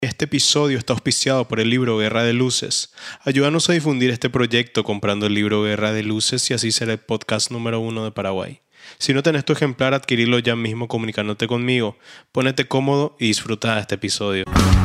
Este episodio está auspiciado por el libro Guerra de Luces. Ayúdanos a difundir este proyecto comprando el libro Guerra de Luces y así ser el podcast número 1 de Paraguay. Si no tenés tu ejemplar, adquirirlo ya mismo comunicándote conmigo. Ponete cómodo y disfruta de este episodio.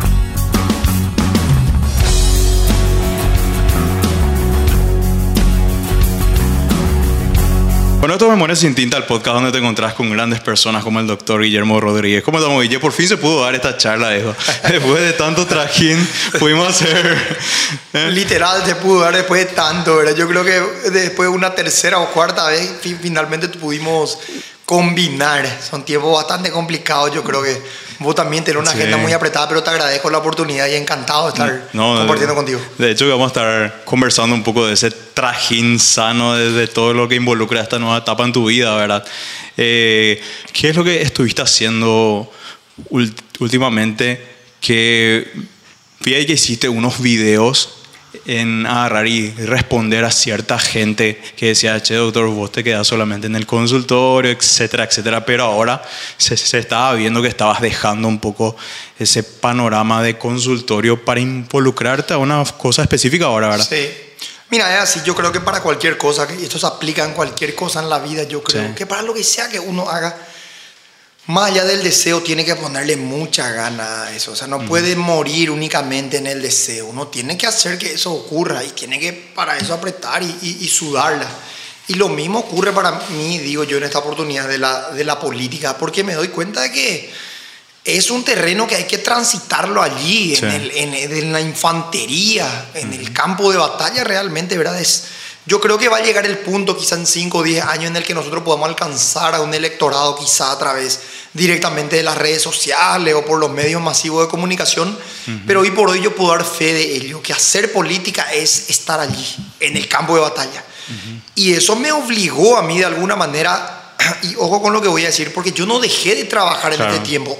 Bueno, esto es Memorias sin Tinta, el podcast donde te encontrás con grandes personas como el doctor Guillermo Rodríguez. ¿Cómo estamos, Guille? Por fin se pudo dar esta charla, después de tanto trajín pudimos hacer... Literal, se pudo dar después de tanto, ¿verdad? Yo creo que después de una tercera o cuarta vez finalmente pudimos combinar. Son tiempos bastante complicados, yo creo que vos también tenés una agenda muy apretada, pero te agradezco la oportunidad y encantado de estar compartiendo contigo. De hecho, vamos a estar conversando un poco de ese trajín sano, de todo lo que involucra esta nueva etapa en tu vida, ¿verdad? ¿Qué es lo que estuviste haciendo últimamente? Que vi ahí que hiciste unos videos en agarrar y responder a cierta gente que decía, che, doctor, vos te quedás solamente en el consultorio, etcétera, etcétera. Pero ahora se estaba viendo que estabas dejando un poco ese panorama de consultorio para involucrarte a una cosa específica ahora, ¿verdad? Sí. Mira, es así, yo creo que para cualquier cosa, que esto se aplica en cualquier cosa en la vida, yo creo que para lo que sea que uno haga, más allá del deseo, tiene que ponerle mucha gana a eso. O sea, no puede morir únicamente en el deseo. Uno tiene que hacer que eso ocurra y tiene que para eso apretar y sudarla. Y lo mismo ocurre para mí, digo yo, en esta oportunidad de la política, porque me doy cuenta de que es un terreno que hay que transitarlo allí, sí, en la infantería, en el campo de batalla realmente, ¿verdad? Yo creo que va a llegar el punto, quizá en 5 o 10 años, en el que nosotros podamos alcanzar a un electorado, quizá a través directamente de las redes sociales o por los medios masivos de comunicación. Pero hoy por hoy yo puedo dar fe de ello, que hacer política es estar allí, en el campo de batalla. Y eso me obligó a mí de alguna manera, y ojo con lo que voy a decir, porque yo no dejé de trabajar en este tiempo.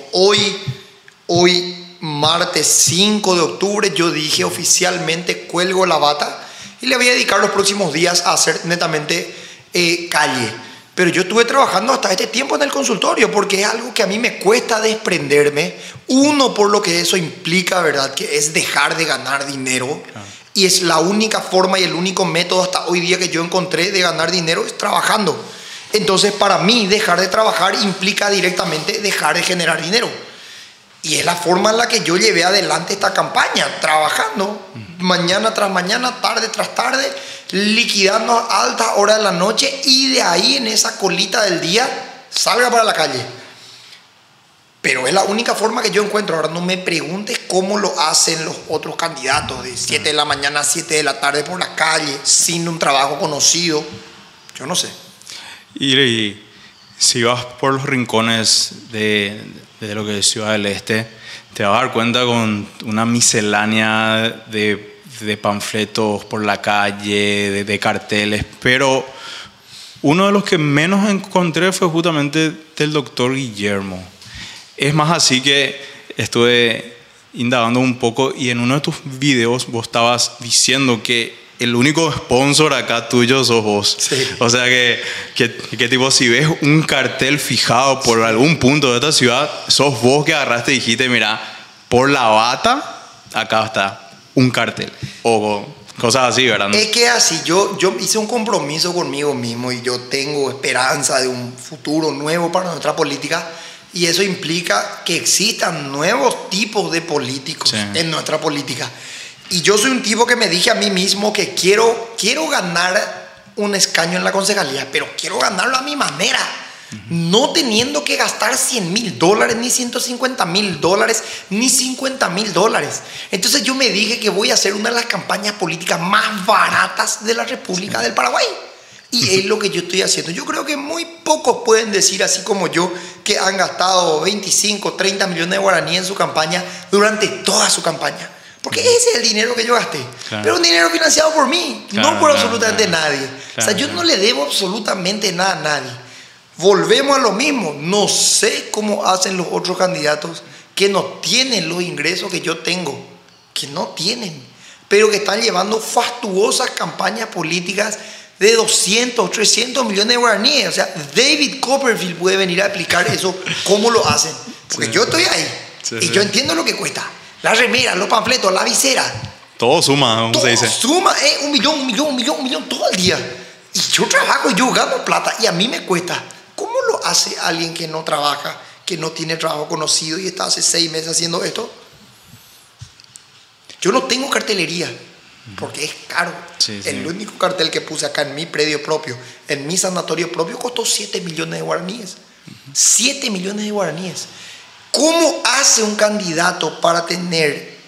Hoy, martes 5 de octubre, yo dije oficialmente cuelgo la bata y le voy a dedicar los próximos días a hacer netamente calle. Pero yo estuve trabajando hasta este tiempo en el consultorio porque es algo que a mí me cuesta desprenderme. Uno, por lo que eso implica, ¿verdad? Que es dejar de ganar dinero. Y es la única forma y el único método hasta hoy día que yo encontré de ganar dinero es trabajando. Entonces, para mí, dejar de trabajar implica directamente dejar de generar dinero. Y es la forma en la que yo llevé adelante esta campaña, trabajando mañana tras mañana, tarde tras tarde, liquidando a altas horas de la noche y de ahí en esa colita del día salga para la calle. Pero es la única forma que yo encuentro. Ahora no me preguntes cómo lo hacen los otros candidatos de 7 de la mañana a 7 de la tarde por la calle, sin un trabajo conocido. Yo no sé. Y si vas por los rincones de lo que es Ciudad del Este, te vas a dar cuenta con una miscelánea de panfletos por la calle, de carteles, pero uno de los que menos encontré fue justamente del doctor Guillermo. Es más, así que estuve indagando un poco y en uno de tus videos vos estabas diciendo que el único sponsor acá tuyo sos vos. Sí. O sea que tipo, si ves un cartel fijado por algún punto de esta ciudad, sos vos que agarraste y dijiste, mira, por la bata, acá está un cartel. O cosas así, ¿verdad? Es que así, yo hice un compromiso conmigo mismo y yo tengo esperanza de un futuro nuevo para nuestra política. Y eso implica que existan nuevos tipos de políticos en nuestra política. Y yo soy un tipo que me dije a mí mismo que quiero ganar un escaño en la concejalía, pero quiero ganarlo a mi manera, no teniendo que gastar $100,000, ni $150,000, ni $50,000. Entonces yo me dije que voy a hacer una de las campañas políticas más baratas de la República del Paraguay. Y es lo que yo estoy haciendo. Yo creo que muy pocos pueden decir, así como yo, que han gastado 25, 30 millones de guaraníes en su campaña durante toda su campaña. Porque ese es el dinero que yo gasté. Claro. Pero un dinero financiado por mí, no por absolutamente nadie. O sea, yo no le debo absolutamente nada a nadie. Volvemos a lo mismo. No sé cómo hacen los otros candidatos que no tienen los ingresos que yo tengo. Que no tienen. Pero que están llevando fastuosas campañas políticas de 200, 300 millones de guaraníes. O sea, David Copperfield puede venir a explicar eso, cómo lo hacen. Porque yo estoy ahí y yo entiendo lo que cuesta. La remera, los panfletos, la visera. Todo suma, ¿cómo se dice? Suma, un millón todo el día. Y yo trabajo, yo gano plata y a mí me cuesta. ¿Cómo lo hace alguien que no trabaja, que no tiene trabajo conocido y está hace 6 meses haciendo esto? Yo no tengo cartelería porque es caro. Sí, sí. El único cartel que puse acá en mi predio propio, en mi sanatorio propio, costó 7 millones de guaraníes. 7 millones de guaraníes. ¿Cómo hace un candidato para tener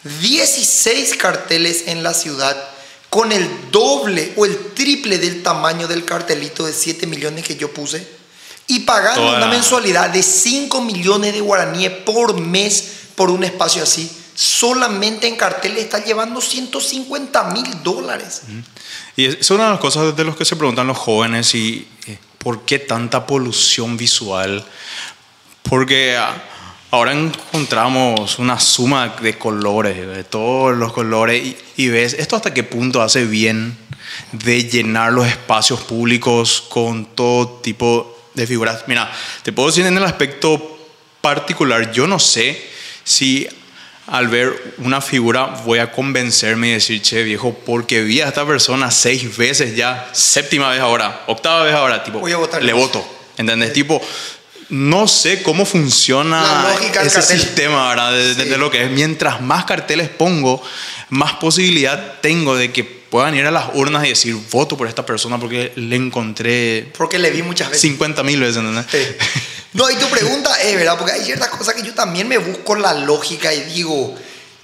16 carteles en la ciudad con el doble o el triple del tamaño del cartelito de 7 millones que yo puse y pagando una mensualidad de 5 millones de guaraníes por mes por un espacio así? Solamente en carteles está llevando $150,000. Y es una de las cosas de los que se preguntan los jóvenes y ¿por qué tanta polución visual? Porque ahora encontramos una suma de colores, de todos los colores, y ves esto hasta qué punto hace bien de llenar los espacios públicos con todo tipo de figuras. Mira, te puedo decir en el aspecto particular, yo no sé si al ver una figura voy a convencerme y decir, che viejo, porque vi a esta persona 6 veces ya, 7ª vez ahora, 8ª vez ahora, tipo, voy a votar, le voto, ¿entendés? Tipo, no sé cómo funciona ese sistema, ¿verdad? De lo que es. Mientras más carteles pongo, más posibilidad tengo de que puedan ir a las urnas y decir, voto por esta persona porque le encontré... Porque le vi muchas veces. 50,000 veces, ¿entendés? Sí. No, y tu pregunta es, ¿verdad? Porque hay ciertas cosas que yo también me busco la lógica y digo,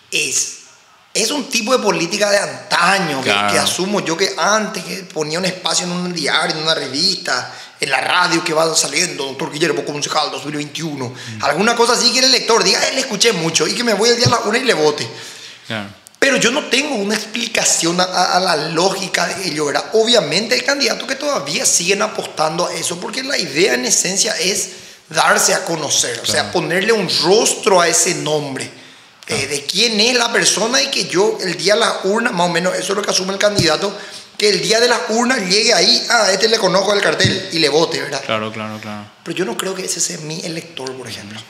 es un tipo de política de antaño, claro, que asumo yo que antes, que ponía un espacio en un diario, en una revista, en la radio que va saliendo, doctor Guillermo Concejal 2021, alguna cosa así que el elector diga, le escuché mucho y que me voy el día a la una y le vote. Claro. Pero yo no tengo una explicación a la lógica de ello, ¿verdad? Obviamente hay candidatos que todavía siguen apostando a eso, porque la idea en esencia es darse a conocer, claro, o sea, ponerle un rostro a ese nombre, claro, de quién es la persona, y que yo el día de la urna, más o menos eso es lo que asume el candidato, que el día de la urna llegue ahí, a este le conozco el cartel y le vote, ¿verdad? Claro. Pero yo no creo que ese sea mi elector, por ejemplo.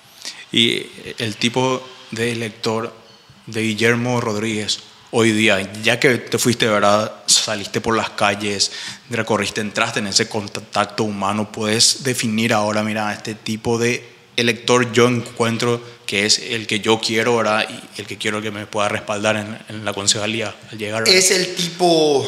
Y el tipo de elector de Guillermo Rodríguez hoy día, ya que te fuiste, ¿verdad? Saliste por las calles, recorriste, entraste en ese contacto humano, puedes definir ahora, mira, este tipo de elector yo encuentro que es el que yo quiero, ¿verdad? Y el que quiero que me pueda respaldar en la concejalía al llegar, ¿verdad? Es el tipo,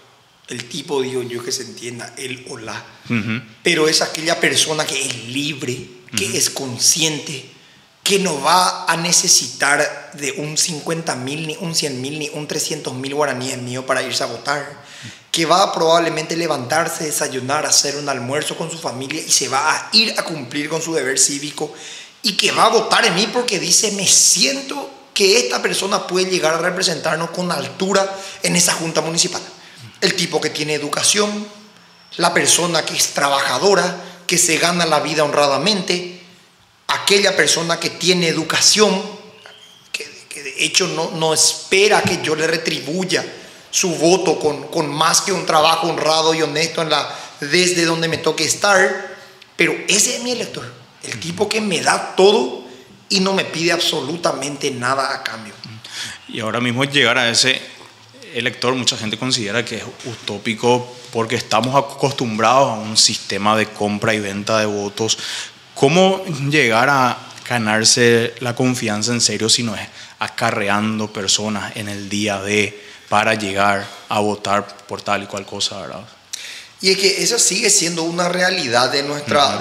digo yo, que se entienda, el o la. Pero es aquella persona que es libre, que es consciente, que no va a necesitar de un 50,000, ni un 100,000, ni un 300,000 guaraníes mío para irse a votar, que va a probablemente levantarse, desayunar, hacer un almuerzo con su familia y se va a ir a cumplir con su deber cívico, y que va a votar en mí porque dice, me siento que esta persona puede llegar a representarnos con altura en esa junta municipal. El tipo que tiene educación, la persona que es trabajadora, que se gana la vida honradamente, aquella persona que tiene educación, que de hecho no espera que yo le retribuya su voto con más que un trabajo honrado y honesto desde donde me toque estar. Pero ese es mi elector, el tipo que me da todo y no me pide absolutamente nada a cambio. Y ahora mismo llegar a ese elector, mucha gente considera que es utópico porque estamos acostumbrados a un sistema de compra y venta de votos. ¿Cómo llegar a ganarse la confianza en serio si no es acarreando personas en el día para llegar a votar por tal y cual cosa, ¿verdad? Y es que eso sigue siendo una realidad de nuestra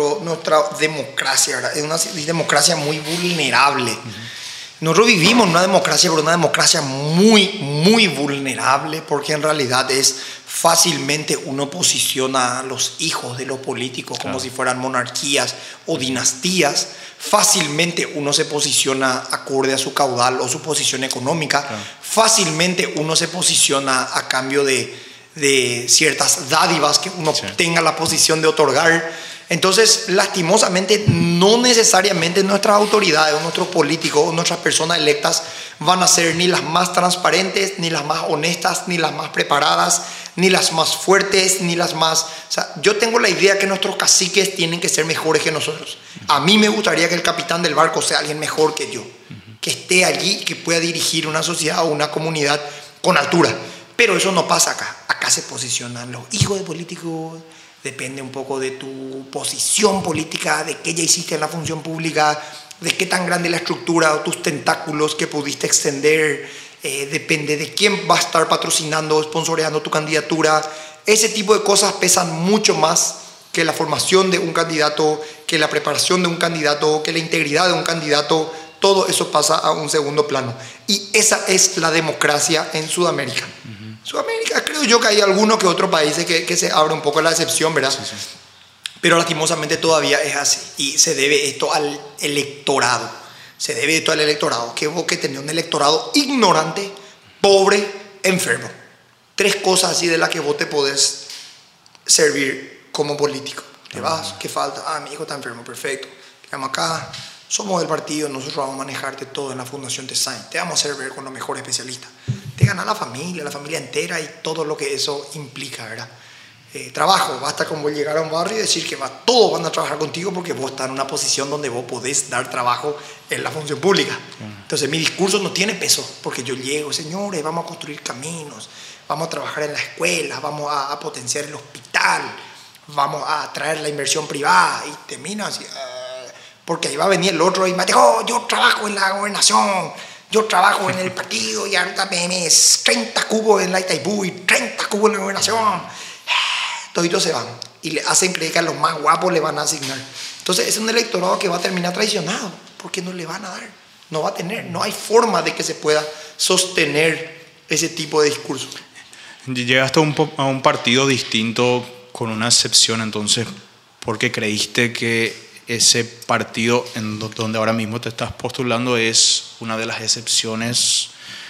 democracia, ¿verdad? Es una democracia muy vulnerable. Nosotros vivimos una democracia, pero una democracia muy, muy vulnerable, porque en realidad fácilmente uno posiciona a los hijos de los políticos como si fueran monarquías o dinastías. Fácilmente uno se posiciona acorde a su caudal o su posición económica. Fácilmente uno se posiciona a cambio de ciertas dádivas que uno tenga la posición de otorgar. Entonces, lastimosamente, no necesariamente nuestras autoridades o nuestros políticos o nuestras personas electas van a ser ni las más transparentes, ni las más honestas, ni las más preparadas, ni las más fuertes, ni las más... O sea, yo tengo la idea que nuestros caciques tienen que ser mejores que nosotros. A mí me gustaría que el capitán del barco sea alguien mejor que yo, que esté allí, que pueda dirigir una sociedad o una comunidad con altura. Pero eso no pasa acá. Acá se posicionan los hijos de políticos, depende un poco de tu posición política, de qué ya hiciste en la función pública, de qué tan grande es la estructura o tus tentáculos que pudiste extender, depende de quién va a estar patrocinando o sponsoreando tu candidatura. Ese tipo de cosas pesan mucho más que la formación de un candidato, que la preparación de un candidato, que la integridad de un candidato. Todo eso pasa a un segundo plano. Y esa es la democracia en Sudamérica. Sudamérica, creo yo que hay algunos que otros países que se abre un poco la excepción, ¿verdad? Sí, sí. Pero lastimosamente todavía es así. Y se debe esto al electorado. Se debe esto al electorado. Que vos que tenés un electorado ignorante, pobre, enfermo. 3 cosas así de las que vos te podés servir como político. Te vas, ¿qué falta? Ah, mi hijo está enfermo, perfecto. Quedamos acá, somos del partido, nosotros vamos a manejarte todo en la Fundación Design. Te vamos a hacer ver con los mejores especialistas. Te gana la familia entera y todo lo que eso implica, ¿verdad? Trabajo, basta con vos llegar a un barrio y decir que todos van a trabajar contigo porque vos estás en una posición donde vos podés dar trabajo en la función pública. Entonces mi discurso no tiene peso porque yo llego, señores, vamos a construir caminos, vamos a trabajar en la escuela, vamos a potenciar el hospital, vamos a traer la inversión privada y termina así, porque ahí va a venir el otro y me dijo, yo trabajo en la gobernación, yo trabajo en el partido y ahorita me 30 cubos en la Itaipú y 30 cubos en la gobernación. Toditos se van y le hacen creer que a los más guapos le van a asignar. Entonces es un electorado que va a terminar traicionado porque no le van a dar, no va a tener, no hay forma de que se pueda sostener ese tipo de discurso. Llegaste a un partido distinto con una excepción, entonces, porque creíste que ese partido en donde ahora mismo te estás postulando es una de las excepciones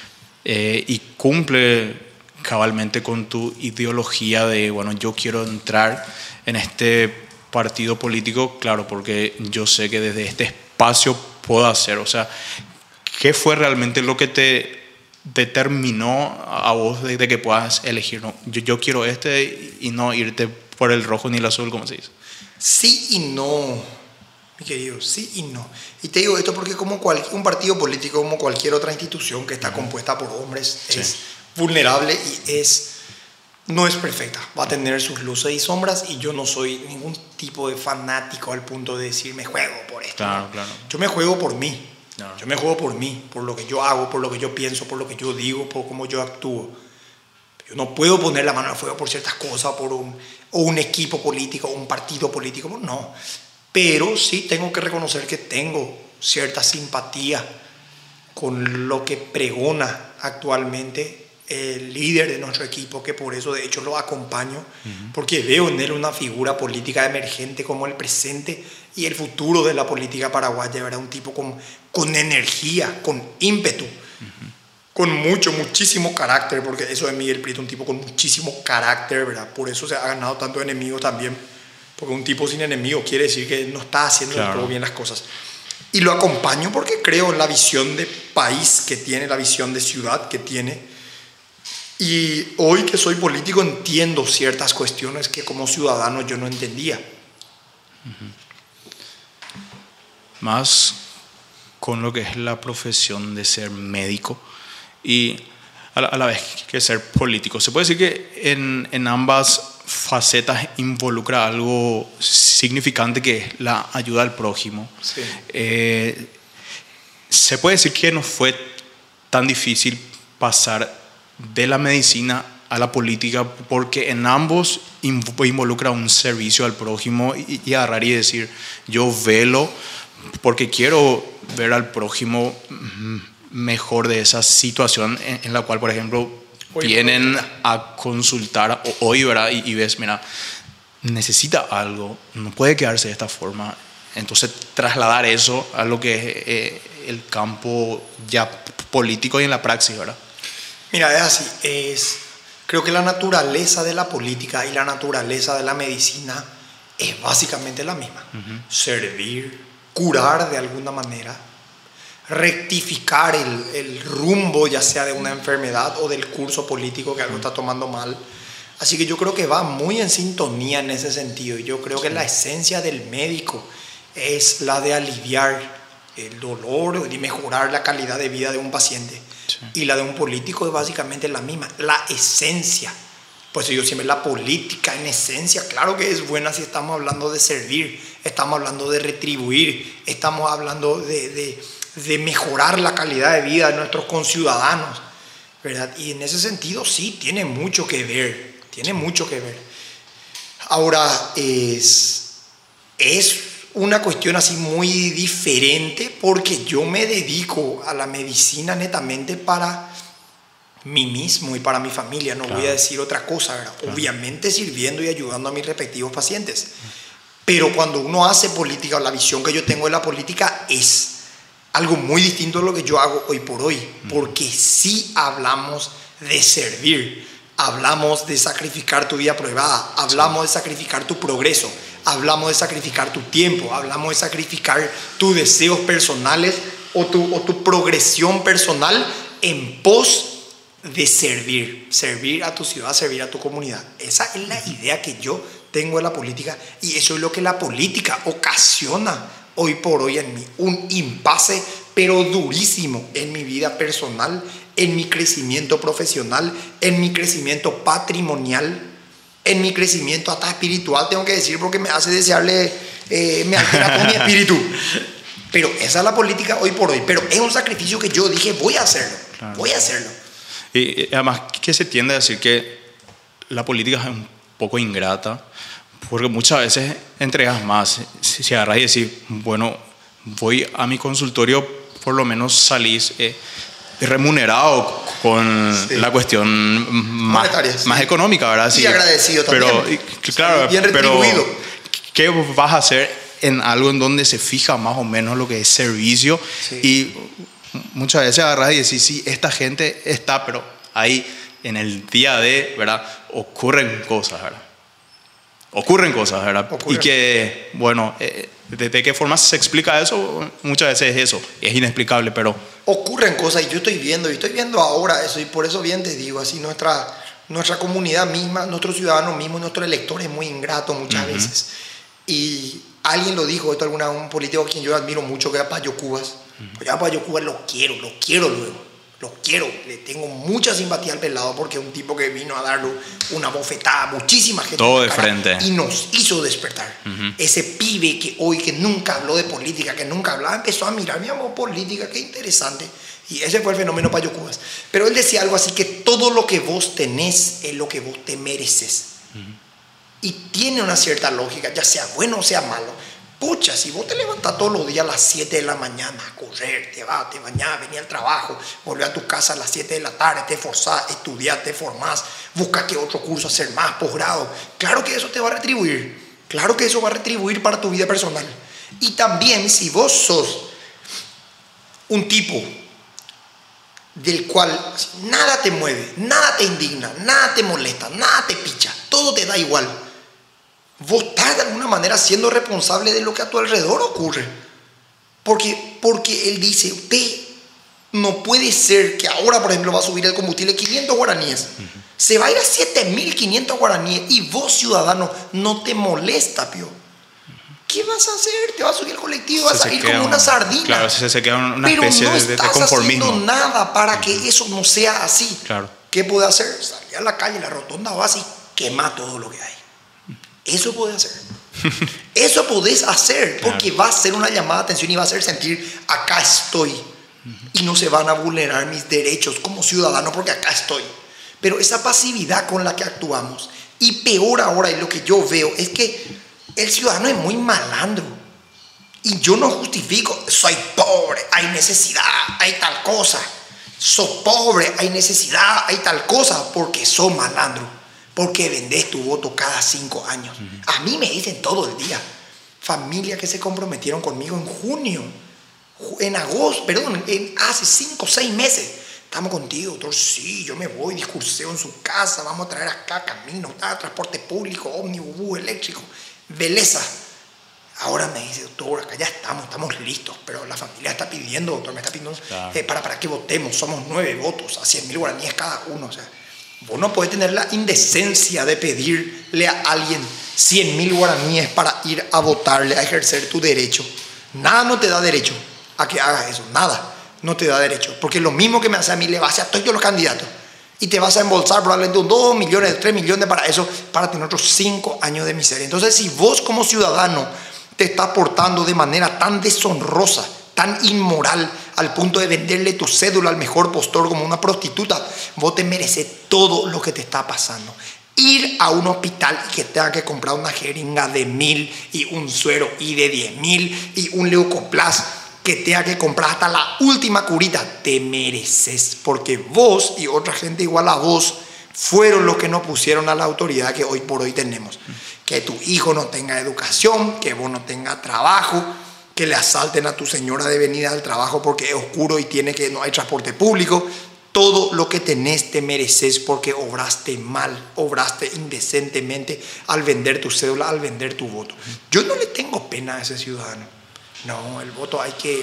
y cumple cabalmente con tu ideología de, bueno, yo quiero entrar en este partido político, claro, porque yo sé que desde este espacio puedo hacer, o sea, ¿qué fue realmente lo que te determinó a vos de que puedas elegir? No, yo quiero este y no irte por el rojo ni el azul, como se dice. Sí y no, mi querido, sí y no. Y te digo esto porque como un partido político, como cualquier otra institución que está compuesta por hombres, sí, es vulnerable y no es perfecta. Va a tener sus luces y sombras y yo no soy ningún tipo de fanático al punto de decir me juego por esto. Claro, claro. Yo me juego por mí. No. Yo me juego por mí, por lo que yo hago, por lo que yo pienso, por lo que yo digo, por cómo yo actúo. Yo no puedo poner la mano al fuego por ciertas cosas, por un equipo político, un partido político, no. Pero sí tengo que reconocer que tengo cierta simpatía con lo que pregona actualmente el líder de nuestro equipo, que por eso de hecho lo acompaño, porque veo en él una figura política emergente como el presente y el futuro de la política paraguaya, ¿verdad? Un tipo con energía, con ímpetu, con muchísimo carácter, porque eso es Miguel Prieto, un tipo con muchísimo carácter, ¿verdad? Por eso se ha ganado tantos enemigos también, porque un tipo sin enemigos quiere decir que no está haciendo del todo bien las cosas. Y lo acompaño porque creo en la visión de país que tiene, la visión de ciudad que tiene. Y hoy que soy político entiendo ciertas cuestiones que como ciudadano yo no entendía. Más con lo que es la profesión de ser médico y a la vez que ser político. Se puede decir que en ambas facetas involucra algo significante que es la ayuda al prójimo. Sí. Se puede decir que no fue tan difícil pasar de la medicina a la política porque en ambos involucra un servicio al prójimo y agarrar y decir yo velo porque quiero ver al prójimo mejor de esa situación en la cual, por ejemplo, vienen a consultar hoy, ¿verdad? Y ves, mira, necesita algo, no puede quedarse de esta forma. Entonces, trasladar eso a lo que es el campo ya político y en la praxis, ¿verdad? Mira, es así. Creo que la naturaleza de la política y la naturaleza de la medicina es básicamente la misma. Servir, curar de alguna manera, rectificar el rumbo ya sea de una enfermedad o del curso político que algo está tomando mal. Así que yo creo que va muy en sintonía en ese sentido. Y yo creo que la esencia del médico es la de aliviar el dolor y mejorar la calidad de vida de un paciente. Sí. Y la de un político es básicamente la misma, la esencia. Por eso yo siempre, la política en esencia, claro que es buena si estamos hablando de servir, estamos hablando de retribuir, estamos hablando de mejorar la calidad de vida de nuestros conciudadanos, ¿verdad? Y en ese sentido sí, tiene mucho que ver, tiene mucho que ver. Ahora, es una cuestión así muy diferente porque yo me dedico a la medicina netamente para mí mismo y para mi familia, no claro. Voy a decir otra cosa, ¿verdad? Claro. Obviamente sirviendo y ayudando a mis respectivos pacientes. Pero cuando uno hace política, o la visión que yo tengo de la política es algo muy distinto de lo que yo hago hoy por hoy, porque sí hablamos de servir, hablamos de sacrificar tu vida privada, hablamos de sacrificar tu progreso, hablamos de sacrificar tu tiempo, hablamos de sacrificar tus deseos personales o tu progresión personal en pos de servir a tu ciudad, servir a tu comunidad. Esa es la idea que yo tengo de la política y eso es lo que la política ocasiona hoy por hoy en mí. Un impasse, pero durísimo en mi vida personal, en mi crecimiento profesional, en mi crecimiento patrimonial, en mi crecimiento hasta espiritual, tengo que decir, porque me hace desearle, me altera con mi espíritu. Pero esa es la política hoy por hoy. Pero es un sacrificio que yo dije, voy a hacerlo, claro. Voy a hacerlo. Y además que se tiende a decir que la política es un poco ingrata, porque muchas veces entregas más. Si agarras y decís, bueno, voy a mi consultorio, por lo menos salís remunerado con sí. La cuestión más económica, ¿verdad? Sí, y agradecido también. Pero, claro, bien retribuido. Pero, ¿qué vas a hacer en algo en donde se fija más o menos lo que es servicio? Sí. Y muchas veces agarras y decís, sí, esta gente está, pero ahí en el día de, ¿verdad? Ocurren cosas, ¿verdad? Ocurren. Y que, bueno, ¿de qué forma se explica eso? Muchas veces es eso, es inexplicable, pero... Ocurren cosas y yo estoy viendo ahora eso, y por eso bien te digo, así nuestra comunidad misma, nuestros ciudadanos mismos, nuestros electores es muy ingrato muchas veces. Y alguien lo dijo, un político a quien yo admiro mucho, que era Payo Cubas. Pues ya Payo Cubas lo quiero luego. Lo quiero, le tengo mucha simpatía al pelado porque es un tipo que vino a darle una bofetada a muchísima gente. Todo de frente. Y nos hizo despertar. Ese pibe que hoy, que nunca habló de política, que nunca hablaba, empezó a mirar, mi amor, política, qué interesante. Y ese fue el fenómeno Payo Cubas. Pero él decía algo así, que todo lo que vos tenés es lo que vos te mereces. Y tiene una cierta lógica, ya sea bueno o sea malo. Pucha, si vos te levantás todos los días a las 7 de la mañana a correr, te vas, te bañás, venís al trabajo, volvés a tu casa a las 7 de la tarde, te esforzás, estudiás, te formás, buscas que otro curso hacer más, posgrado. Claro que eso te va a retribuir. Claro que eso va a retribuir para tu vida personal. Y también si vos sos un tipo del cual nada te mueve, nada te indigna, nada te molesta, nada te picha, todo te da igual, vos estás de alguna manera siendo responsable de lo que a tu alrededor ocurre. Porque él dice, usted no puede ser que ahora, por ejemplo, va a subir el combustible 500 guaraníes. Se va a ir a 7.500 guaraníes y vos, ciudadano, no te molesta, pío. ¿Qué vas a hacer? Te vas a subir el colectivo, vas a ir como una sardina. Claro, se queda una especie de conformismo. Pero no estás haciendo nada para que eso no sea así. Claro. ¿Qué puede hacer? Salir a la calle, la rotonda vas y quema todo lo que hay. Eso podés hacer. Eso podés hacer porque va a ser una llamada de atención y va a hacer sentir, acá estoy. Y no se van a vulnerar mis derechos como ciudadano porque acá estoy. Pero esa pasividad con la que actuamos, y peor ahora, y lo que yo veo, es que el ciudadano es muy malandro. Y yo no justifico, soy pobre, hay necesidad, hay tal cosa. Sos pobre, hay necesidad, hay tal cosa, porque sos malandro. Porque vendés tu voto cada 5 años. A mí me dicen todo el día. Familias que se comprometieron conmigo en junio, en agosto, perdón, hace 5 o 6 meses. Estamos contigo, doctor. Sí, yo me voy, discurseo en su casa, vamos a traer acá camino, transporte público, ómnibus, bus eléctrico. Belleza. Ahora me dice, doctor, acá ya estamos listos, pero la familia está pidiendo, doctor, me está pidiendo para que votemos. Somos 9 votos, a 100.000 guaraníes cada uno, o sea. Vos no podés tener la indecencia de pedirle a alguien 100.000 guaraníes para ir a votarle, a ejercer tu derecho. Nada no te da derecho. a que hagas eso. Nada, no te da derecho. Porque lo mismo que me hace a mí, le va a hacer a todos los candidatos. Y te vas a embolsar probablemente 2 millones, 3 millones para eso, para tener otros 5 años de miseria. Entonces, si vos como ciudadano te estás portando de manera tan deshonrosa, tan inmoral, al punto de venderle tu cédula al mejor postor como una prostituta, vos te mereces todo lo que te está pasando. Ir a un hospital y que tenga que comprar una jeringa de 1.000 y un suero y de 10.000 y un leucoplas que tenga que comprar hasta la última curita, te mereces, porque vos y otra gente igual a vos fueron los que nos pusieron a la autoridad que hoy por hoy tenemos. Que tu hijo no tenga educación, que vos no tengas trabajo, que le asalten a tu señora de venida al trabajo porque es oscuro y no hay transporte público. Todo lo que tenés te mereces porque obraste mal, obraste indecentemente al vender tu cédula, al vender tu voto. Yo no le tengo pena a ese ciudadano. No, el voto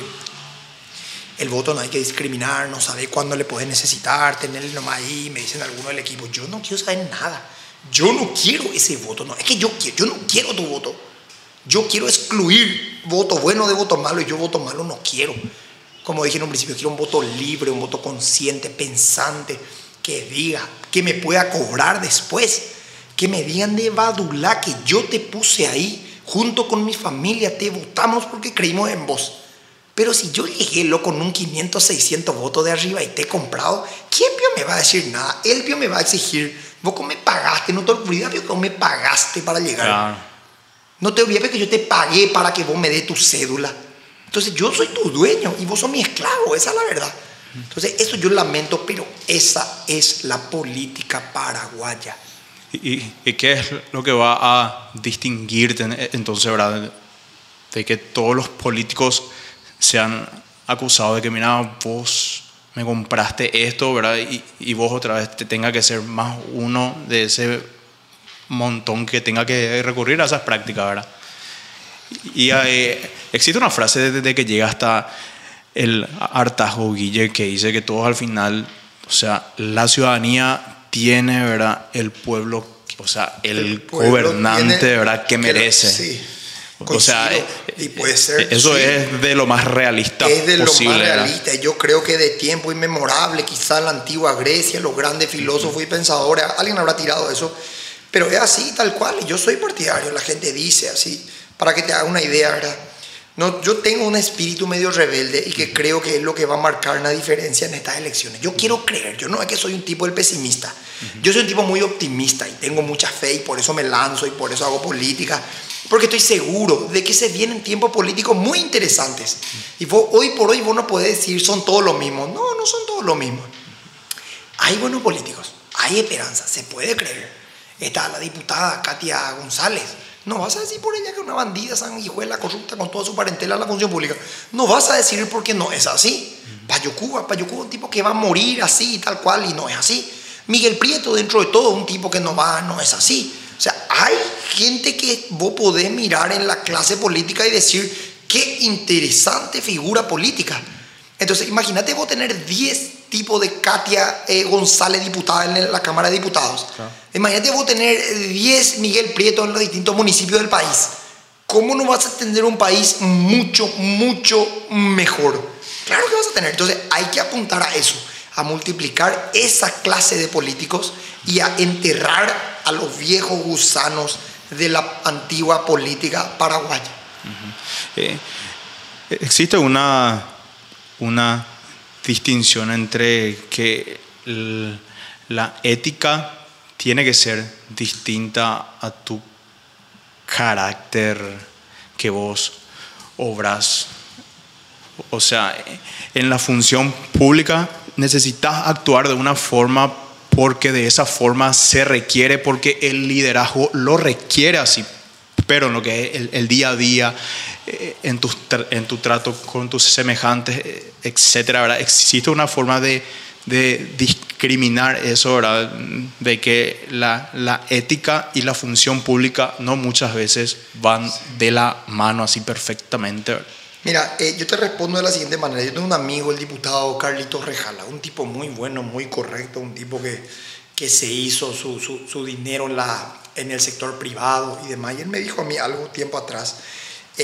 no hay que discriminar, no saber cuándo le puedes necesitar, tenerle nomás ahí, me dicen algunos del equipo. Yo no quiero saber nada. Yo no quiero ese voto. No, es que yo no quiero tu voto. Yo quiero excluir voto bueno de voto malo y yo voto malo no quiero. Como dije en un principio, quiero un voto libre, un voto consciente, pensante, que diga, que me pueda cobrar después, que me digan de Badulá que yo te puse ahí, junto con mi familia, te votamos porque creímos en vos. Pero si yo llegué con un 500, 600 votos de arriba y te he comprado, ¿quién me va a decir nada? Él me va a exigir, vos cómo me pagaste, no te olvides que cómo me pagaste para llegar. Claro. No te olvides que yo te pagué para que vos me des tu cédula. Entonces yo soy tu dueño y vos sos mi esclavo, esa es la verdad. Entonces eso yo lamento, pero esa es la política paraguaya. ¿Y qué es lo que va a distinguirte entonces, verdad? De que todos los políticos se han acusado de que, mira, vos me compraste esto, ¿verdad? Y vos otra vez te tenga que ser más uno de ese montón que tenga que recurrir a esas prácticas, ¿verdad? Y existe una frase desde que llega hasta el hartazgo, Guille, que dice que todos al final, o sea, la ciudadanía tiene, ¿verdad?, el pueblo, o sea, el gobernante, tiene, ¿verdad?, que merece. Sí. O sea, y puede ser, eso sí, es de lo más realista posible. Es de lo más realista. Yo creo que de tiempo inmemorable, quizá en la antigua Grecia, los grandes filósofos y pensadores, alguien habrá tirado eso, pero es así, tal cual. Y yo soy partidario, la gente dice así, para que te haga una idea, ¿verdad? No, yo tengo un espíritu medio rebelde y que creo que es lo que va a marcar una diferencia en estas elecciones. Yo quiero creer, yo no es que soy un tipo del pesimista. Yo soy un tipo muy optimista y tengo mucha fe y por eso me lanzo y por eso hago política, porque estoy seguro de que se vienen tiempos políticos muy interesantes. Y vos, hoy por hoy vos no podés decir son todos los mismos. No, no son todos los mismos. Hay buenos políticos, hay esperanza, se puede creer. Está la diputada Katia González. No vas a decir por ella que una bandida sanguijuela corrupta con toda su parentela a la función pública. No vas a decir porque no es así. Payocúa es un tipo que va a morir así y tal cual y no es así. Miguel Prieto, dentro de todo, un tipo que no es así. O sea, hay gente que vos podés mirar en la clase política y decir qué interesante figura política. Entonces, imagínate vos tener 10 tipos de Katia González diputada en la Cámara de Diputados. Claro. Imagínate vos tener 10 Miguel Prieto en los distintos municipios del país. ¿Cómo no vas a tener un país mucho, mucho mejor? Claro que vas a tener. Entonces, hay que apuntar a eso, a multiplicar esa clase de políticos y a enterrar a los viejos gusanos de la antigua política paraguaya. Existe una distinción entre que la ética tiene que ser distinta a tu carácter que vos obras. O sea, en la función pública necesitas actuar de una forma porque de esa forma se requiere, porque el liderazgo lo requiere así. Pero en lo que es el día a día, en tu trato con tus semejantes, etcétera, ¿verdad? Existe una forma de discriminar eso, ¿verdad? De que la ética y la función pública no muchas veces van de la mano así perfectamente, ¿verdad? Mira, yo te respondo de la siguiente manera. Yo tengo un amigo, el diputado Carlitos Rejala, un tipo muy bueno, muy correcto, un tipo que se hizo su dinero en el sector privado y demás. Y él me dijo a mí algo tiempo atrás.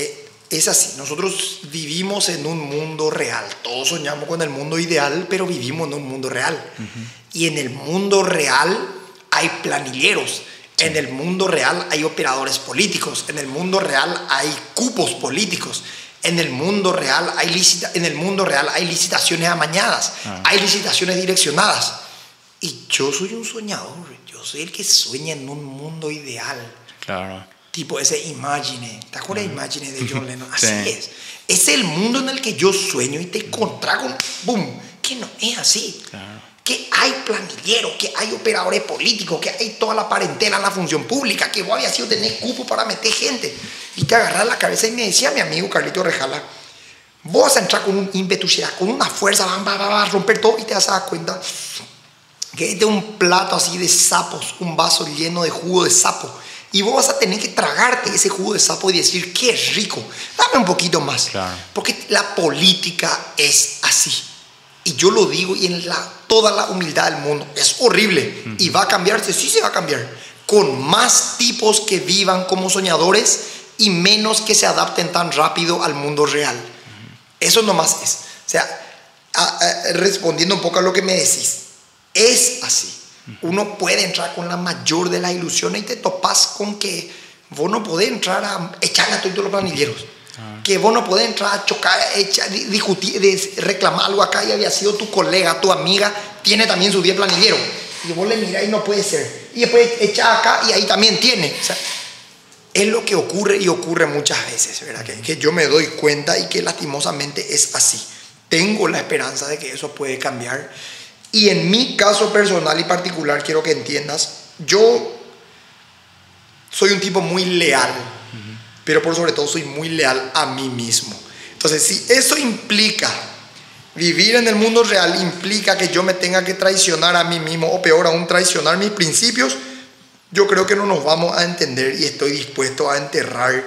es así. Nosotros vivimos en un mundo real. Todos soñamos con el mundo ideal, pero vivimos en un mundo real. Y en el mundo real hay planilleros. En el mundo real hay operadores políticos. En el mundo real hay cupos políticos. En el mundo real hay licitaciones amañadas. Hay licitaciones direccionadas. Y yo soy un soñador. Yo soy el que sueña en un mundo ideal. Claro. Tipo ese Imagine. ¿Te acuerdas de Imagine de John Lennon? Así es. Es el mundo en el que yo sueño y te encontrás con... ¡Boom! Que no es así. Claro. Que hay planilleros, que hay operadores políticos, que hay toda la parentela en la función pública, que vos habías sido tener cupo para meter gente. Y te agarras la cabeza y me decía mi amigo Carlito Rejala, vos vas a entrar con un ímpetu, con una fuerza, va a romper todo y te vas a dar cuenta que es de un plato así de sapos, un vaso lleno de jugo de sapo. Y vos vas a tener que tragarte ese jugo de sapo y decir, qué rico, dame un poquito más. Claro. Porque la política es así. Y yo lo digo y en toda la humildad del mundo. Es horrible. Y va a cambiarse, sí se va a cambiar. Con más tipos que vivan como soñadores y menos que se adapten tan rápido al mundo real. Eso nomás es. O sea, respondiendo un poco a lo que me decís. Es así. Uno puede entrar con la mayor de las ilusiones y te topas con que vos no podés entrar a echarle a todos los planilleros. Que vos no podés entrar a chocar, discutir, reclamar algo acá y había sido tu colega, tu amiga, tiene también su 10 planilleros. Y vos le mirás y no puede ser. Y después echás acá y ahí también tiene. O sea, es lo que ocurre y ocurre muchas veces, ¿verdad? Que yo me doy cuenta y que lastimosamente es así. Tengo la esperanza de que eso puede cambiar. Y en mi caso personal y particular, quiero que entiendas, yo soy un tipo muy leal. Pero por sobre todo soy muy leal a mí mismo. Entonces, si eso implica, vivir en el mundo real implica que yo me tenga que traicionar a mí mismo, o peor aún, traicionar mis principios, yo creo que no nos vamos a entender y estoy dispuesto a enterrar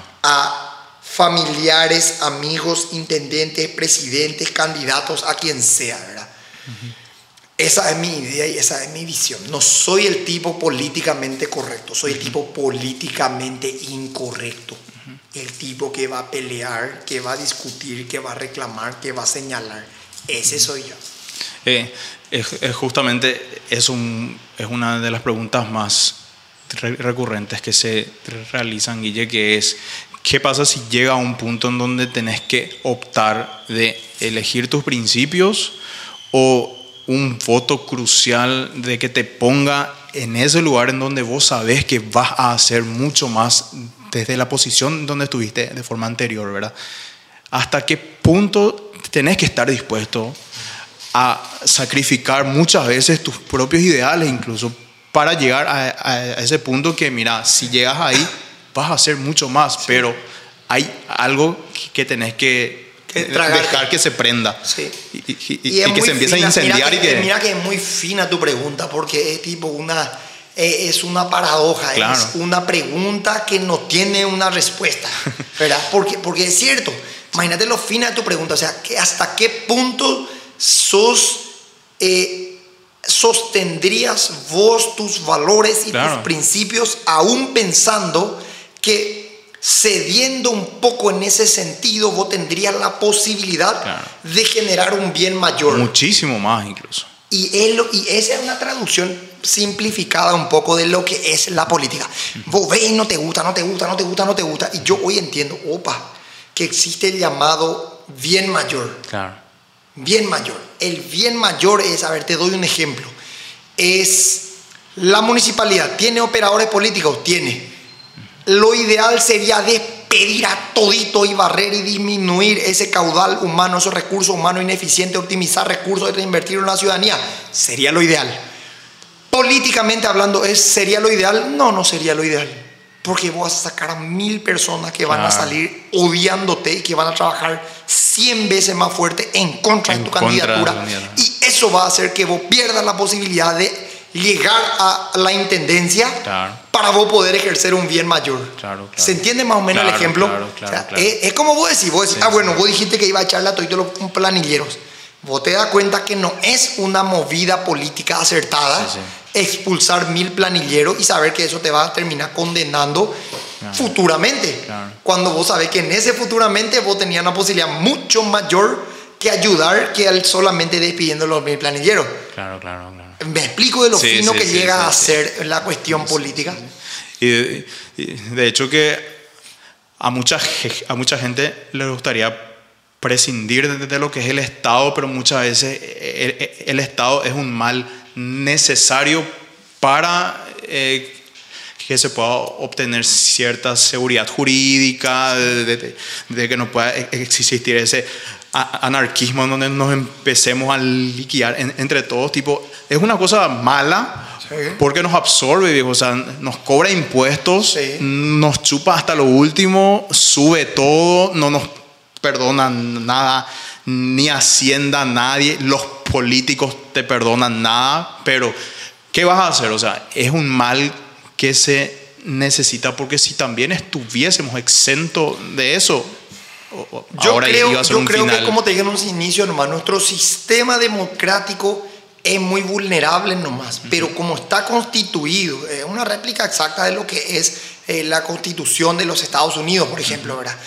a familiares, amigos, intendentes, presidentes, candidatos, a quien sea, ¿verdad? Esa es mi idea y esa es mi visión. No soy el tipo políticamente correcto, soy el tipo políticamente incorrecto. El tipo que va a pelear, que va a discutir, que va a reclamar, que va a señalar. Ese soy yo. Justamente es una de las preguntas más recurrentes que se realizan, Guille, que es: ¿qué pasa si llega a un punto en donde tenés que optar de elegir tus principios o un voto crucial de que te ponga en ese lugar en donde vos sabés que vas a hacer mucho más desde la posición donde estuviste de forma anterior, ¿verdad? ¿Hasta qué punto tenés que estar dispuesto a sacrificar muchas veces tus propios ideales, incluso para llegar a ese punto que, mira, si llegas ahí vas a hacer mucho más, sí, pero hay algo que tenés que dejar que se prenda, sí, y que se empiece a incendiar? Mira que es muy fina tu pregunta, porque es tipo es una paradoja, claro, es una pregunta que no tiene una respuesta, ¿verdad? Porque es cierto, imagínate lo fina de tu pregunta, o sea, que hasta qué punto sostendrías vos tus valores y tus principios, aún pensando que cediendo un poco en ese sentido vos tendrías la posibilidad de generar un bien mayor. Muchísimo más incluso. Y esa es una traducción simplificada un poco de lo que es la política. Vos ves y no te gusta. Y yo hoy entiendo, que existe el llamado bien mayor. Claro. Bien mayor. El bien mayor es, a ver, te doy un ejemplo. Es la municipalidad. ¿Tiene operadores políticos? Tiene. Lo ideal sería despedir a todito y barrer y disminuir ese caudal humano, esos recursos humanos ineficientes, optimizar recursos y reinvertirlo en la ciudadanía. Sería lo ideal. Políticamente hablando, ¿sería lo ideal? No sería lo ideal. Porque vos vas a sacar a 1000 personas que van a salir odiándote y que van a trabajar 100 veces más fuerte en contra de tu candidatura. Y eso va a hacer que vos pierdas la posibilidad de llegar a la intendencia para vos poder ejercer un bien mayor. ¿Se entiende más o menos el ejemplo? Es como vos decís, vos dijiste que iba a echarle a todos los planilleros. Vos te das cuenta que no es una movida política acertada expulsar 1000 planilleros y saber que eso te va a terminar condenando futuramente. Claro. Cuando vos sabés que en ese futuramente vos tenías una posibilidad mucho mayor que ayudar que al solamente despidiendo los mil planilleros. Claro. Me explico de lo fino que llega a sí. ser la cuestión política. Y de hecho que a mucha gente le gustaría prescindir de lo que es el Estado, pero muchas veces el Estado es un mal necesario para que se pueda obtener cierta seguridad jurídica, de que no pueda existir ese anarquismo en donde nos empecemos a liquidar entre todos. Tipo, es una cosa mala. Sí. Porque nos absorbe, viejo. O sea, nos cobra impuestos, sí. Nos chupa hasta lo último, sube todo, no nos perdona nada, ni Hacienda, nadie, los políticos te perdonan nada, pero ¿qué vas a hacer? O sea, es un mal que se necesita, porque si también estuviésemos exentos de eso, yo creo que, como te dije en un inicio, nomás, nuestro sistema democrático es muy vulnerable nomás, pero como está constituido, es una réplica exacta de lo que es la Constitución de los Estados Unidos, por ejemplo, ¿verdad?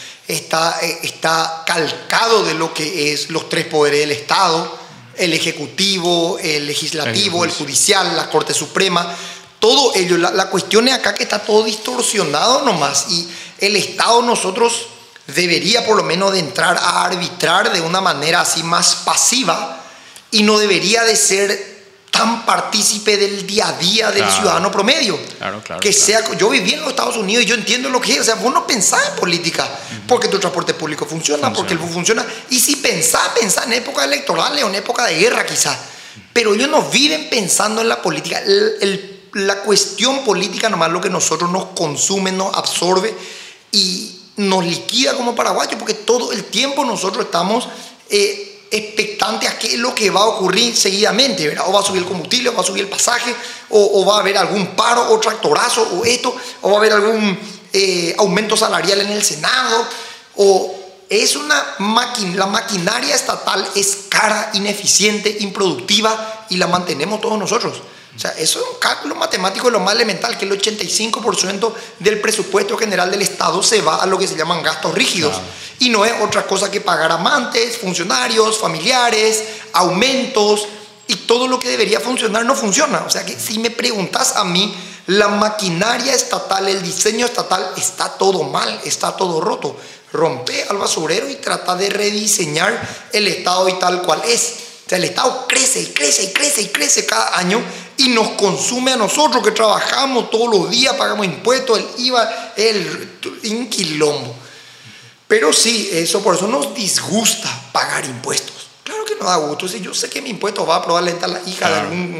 Está calcado de lo que es los tres poderes del Estado, el Ejecutivo, el Legislativo, el Judicial, la Corte Suprema, todo ello. La cuestión es acá que está todo distorsionado nomás, y el Estado nosotros debería por lo menos de entrar a arbitrar de una manera así más pasiva, y no debería de ser tan partícipe del día a día del ciudadano promedio. Yo viví en los Estados Unidos y yo entiendo lo que es. O sea, vos no pensás en política porque tu transporte público funciona, porque el bus funciona. Y si pensás en épocas electorales o en época de guerra quizás. Pero ellos no viven pensando en la política. La cuestión política nomás lo que nosotros nos consume, nos absorbe y nos liquida como paraguayos, porque todo el tiempo nosotros estamos expectantes a qué es lo que va a ocurrir seguidamente, ¿verdad? O va a subir el combustible, o va a subir el pasaje, o va a haber algún paro o tractorazo o esto, o va a haber algún aumento salarial en el Senado, o es la maquinaria estatal es cara, ineficiente, improductiva, y la mantenemos todos nosotros. O sea, eso es un cálculo matemático de lo más elemental, que el 85% del presupuesto general del Estado se va a lo que se llaman gastos rígidos. Y no es otra cosa que pagar amantes, funcionarios, familiares, aumentos, y todo lo que debería funcionar no funciona. O sea que si me preguntas a mí, la maquinaria estatal, el diseño estatal, está todo mal, está todo roto. Rompe al basurero y trata de rediseñar el Estado y tal cual es. O sea, el Estado crece y crece y crece y crece cada año y nos consume a nosotros que trabajamos todos los días, pagamos impuestos, el IVA, un quilombo. Pero sí, por eso nos disgusta pagar impuestos. Claro que nos da gusto. Si yo sé que mi impuesto va probablemente a la hija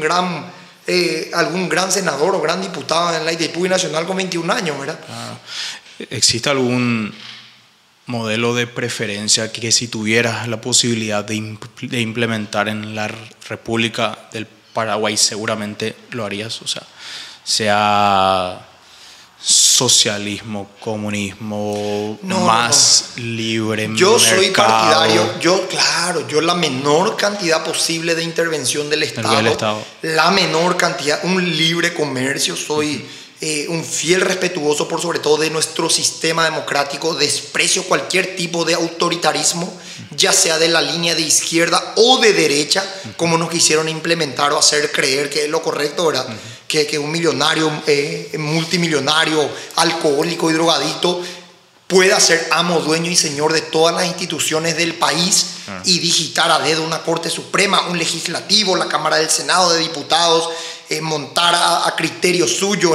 de algún gran senador o gran diputado en la IDPU nacional con 21 años, ¿verdad? ¿Existe algún modelo de preferencia que si tuvieras la posibilidad de implementar en la República del Paraguay seguramente lo harías? O sea socialismo, comunismo, más libre. Yo soy partidario, yo la menor cantidad posible de intervención del Estado, la menor cantidad, un libre comercio, soy un fiel respetuoso por sobre todo de nuestro sistema democrático, desprecio cualquier tipo de autoritarismo, ya sea de la línea de izquierda o de derecha, como nos quisieron implementar o hacer creer que es lo correcto, ¿verdad? Que un millonario, multimillonario, alcohólico y drogadito pueda ser amo, dueño y señor de todas las instituciones del país y digitar a dedo una Corte Suprema, un legislativo, la Cámara del Senado de Diputados, montar a criterio suyo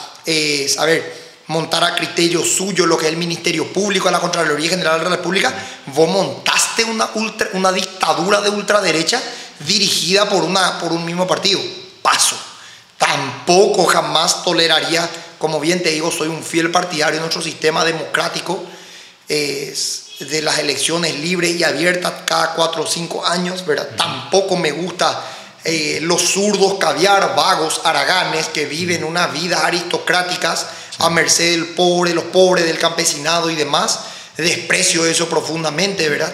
montar a criterio suyo lo que es el Ministerio Público, la Contraloría General de la República. Vos montaste una dictadura de ultraderecha dirigida por un mismo partido. Paso. Tampoco jamás toleraría, como bien te digo, soy un fiel partidario de nuestro sistema democrático, de las elecciones libres y abiertas cada 4 o 5 años, ¿verdad? Tampoco me gusta los zurdos caviar, vagos, haraganes que viven una vida aristocráticas a merced del pobre, los pobres, del campesinado y demás. Desprecio eso profundamente, ¿verdad?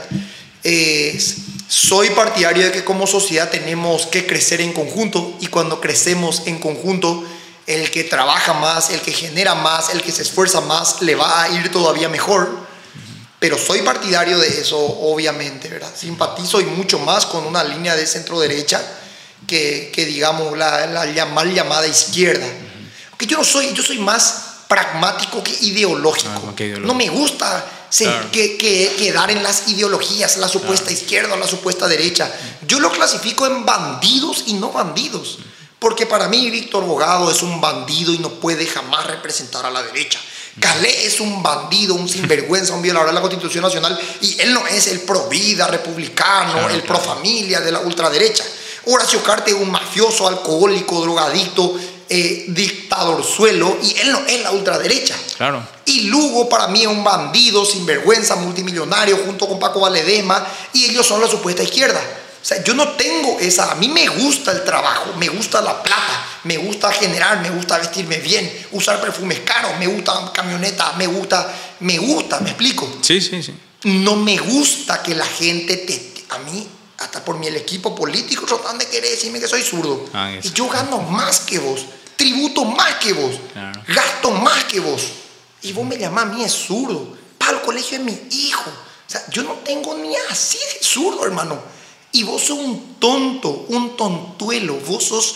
Soy partidario de que como sociedad tenemos que crecer en conjunto, y cuando crecemos en conjunto el que trabaja más, el que genera más, el que se esfuerza más, le va a ir todavía mejor. Pero soy partidario de eso, obviamente, ¿verdad? Simpatizo y mucho más con una línea de centro-derecha que digamos, la mal llamada izquierda. Porque yo soy más pragmático que ideológico. No me gusta quedar en las ideologías, la supuesta izquierda o la supuesta derecha. Yo lo clasifico en bandidos y no bandidos. Porque para mí Víctor Bogado es un bandido y no puede jamás representar a la derecha. Calé es un bandido, un sinvergüenza, un violador de la Constitución Nacional, y él no es el pro vida republicano, el pro familia de la ultraderecha. Horacio Cartes es un mafioso, alcohólico, drogadicto, dictadorzuelo, y él no es la ultraderecha. Claro. Y Lugo para mí es un bandido, sinvergüenza, multimillonario, junto con Paco Valedesma, y ellos son la supuesta izquierda. O sea, yo no tengo esa. A mí me gusta el trabajo, me gusta la plata, me gusta generar, me gusta vestirme bien, usar perfumes caros, me gusta camionetas, me gusta, ¿me explico? Sí. No me gusta que la gente a mí, hasta por el equipo político, tratan de querer decirme que soy zurdo. Y yo gano más que vos, tributo más que vos, gasto más que vos. Y vos me llamás a mí es zurdo, para el colegio es mi hijo. O sea, yo no tengo ni así de zurdo, hermano. Y vos sos un tonto, un tontuelo, vos sos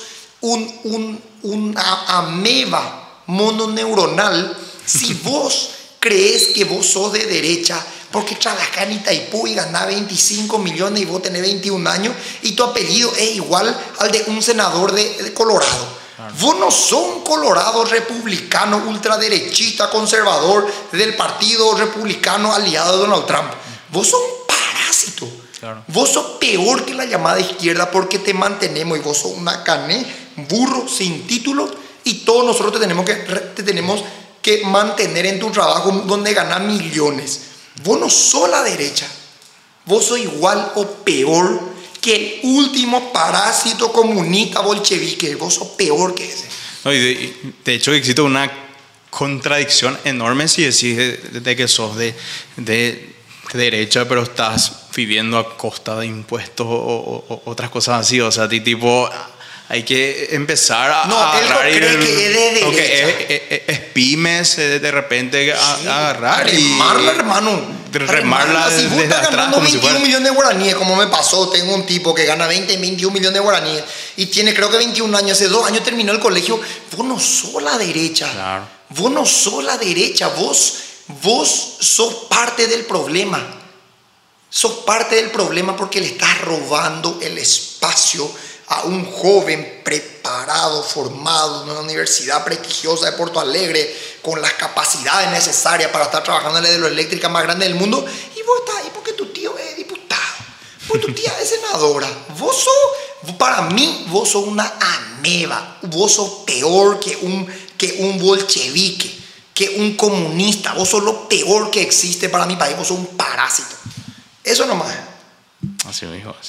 una ameba mononeuronal. Si vos crees que vos sos de derecha porque trabajás en Itaipú y ganás 25 millones y vos tenés 21 años y tu apellido es igual al de un senador de Colorado. Vos no sos un colorado republicano, ultraderechista, conservador del partido republicano aliado de Donald Trump. Vos sos un parásito. Claro. Vos sos peor que la llamada izquierda porque te mantenemos, y vos sos una cané, burro, sin título, y todos nosotros te tenemos que mantener en tu trabajo donde ganás millones. Vos no sos la derecha, vos sos igual o peor que el último parásito comunista bolchevique. Vos sos peor que ese. No, y de hecho existe una contradicción enorme si decís de que sos de derecha, pero estás viviendo a costa de impuestos o otras cosas así. O sea, tipo, hay que empezar a agarrar. Él no cree que es de derecha. Es pymes de repente agarrar remarla, hermano. Remarla si vos desde estás atrás. ganando 21 millones de guaraníes, como me pasó, tengo un tipo que gana 21 millones de guaraníes y tiene creo que 21 años, hace 2 años terminó el colegio. Vos no sos la derecha. Claro. Vos no sos la derecha, vos sos parte del problema. Sos parte del problema porque le estás robando el espacio a un joven preparado, formado en una universidad prestigiosa de Porto Alegre, con las capacidades necesarias para estar trabajando en la hidroeléctrica más grande del mundo, y vos estás ahí porque tu tío es diputado, porque tu tía es senadora. Para mí, vos sos una ameba, vos sos peor que un bolchevique, que un comunista. Vos sos lo peor que existe para mi país, vos sos un parásito. Eso nomás. Así me dijo.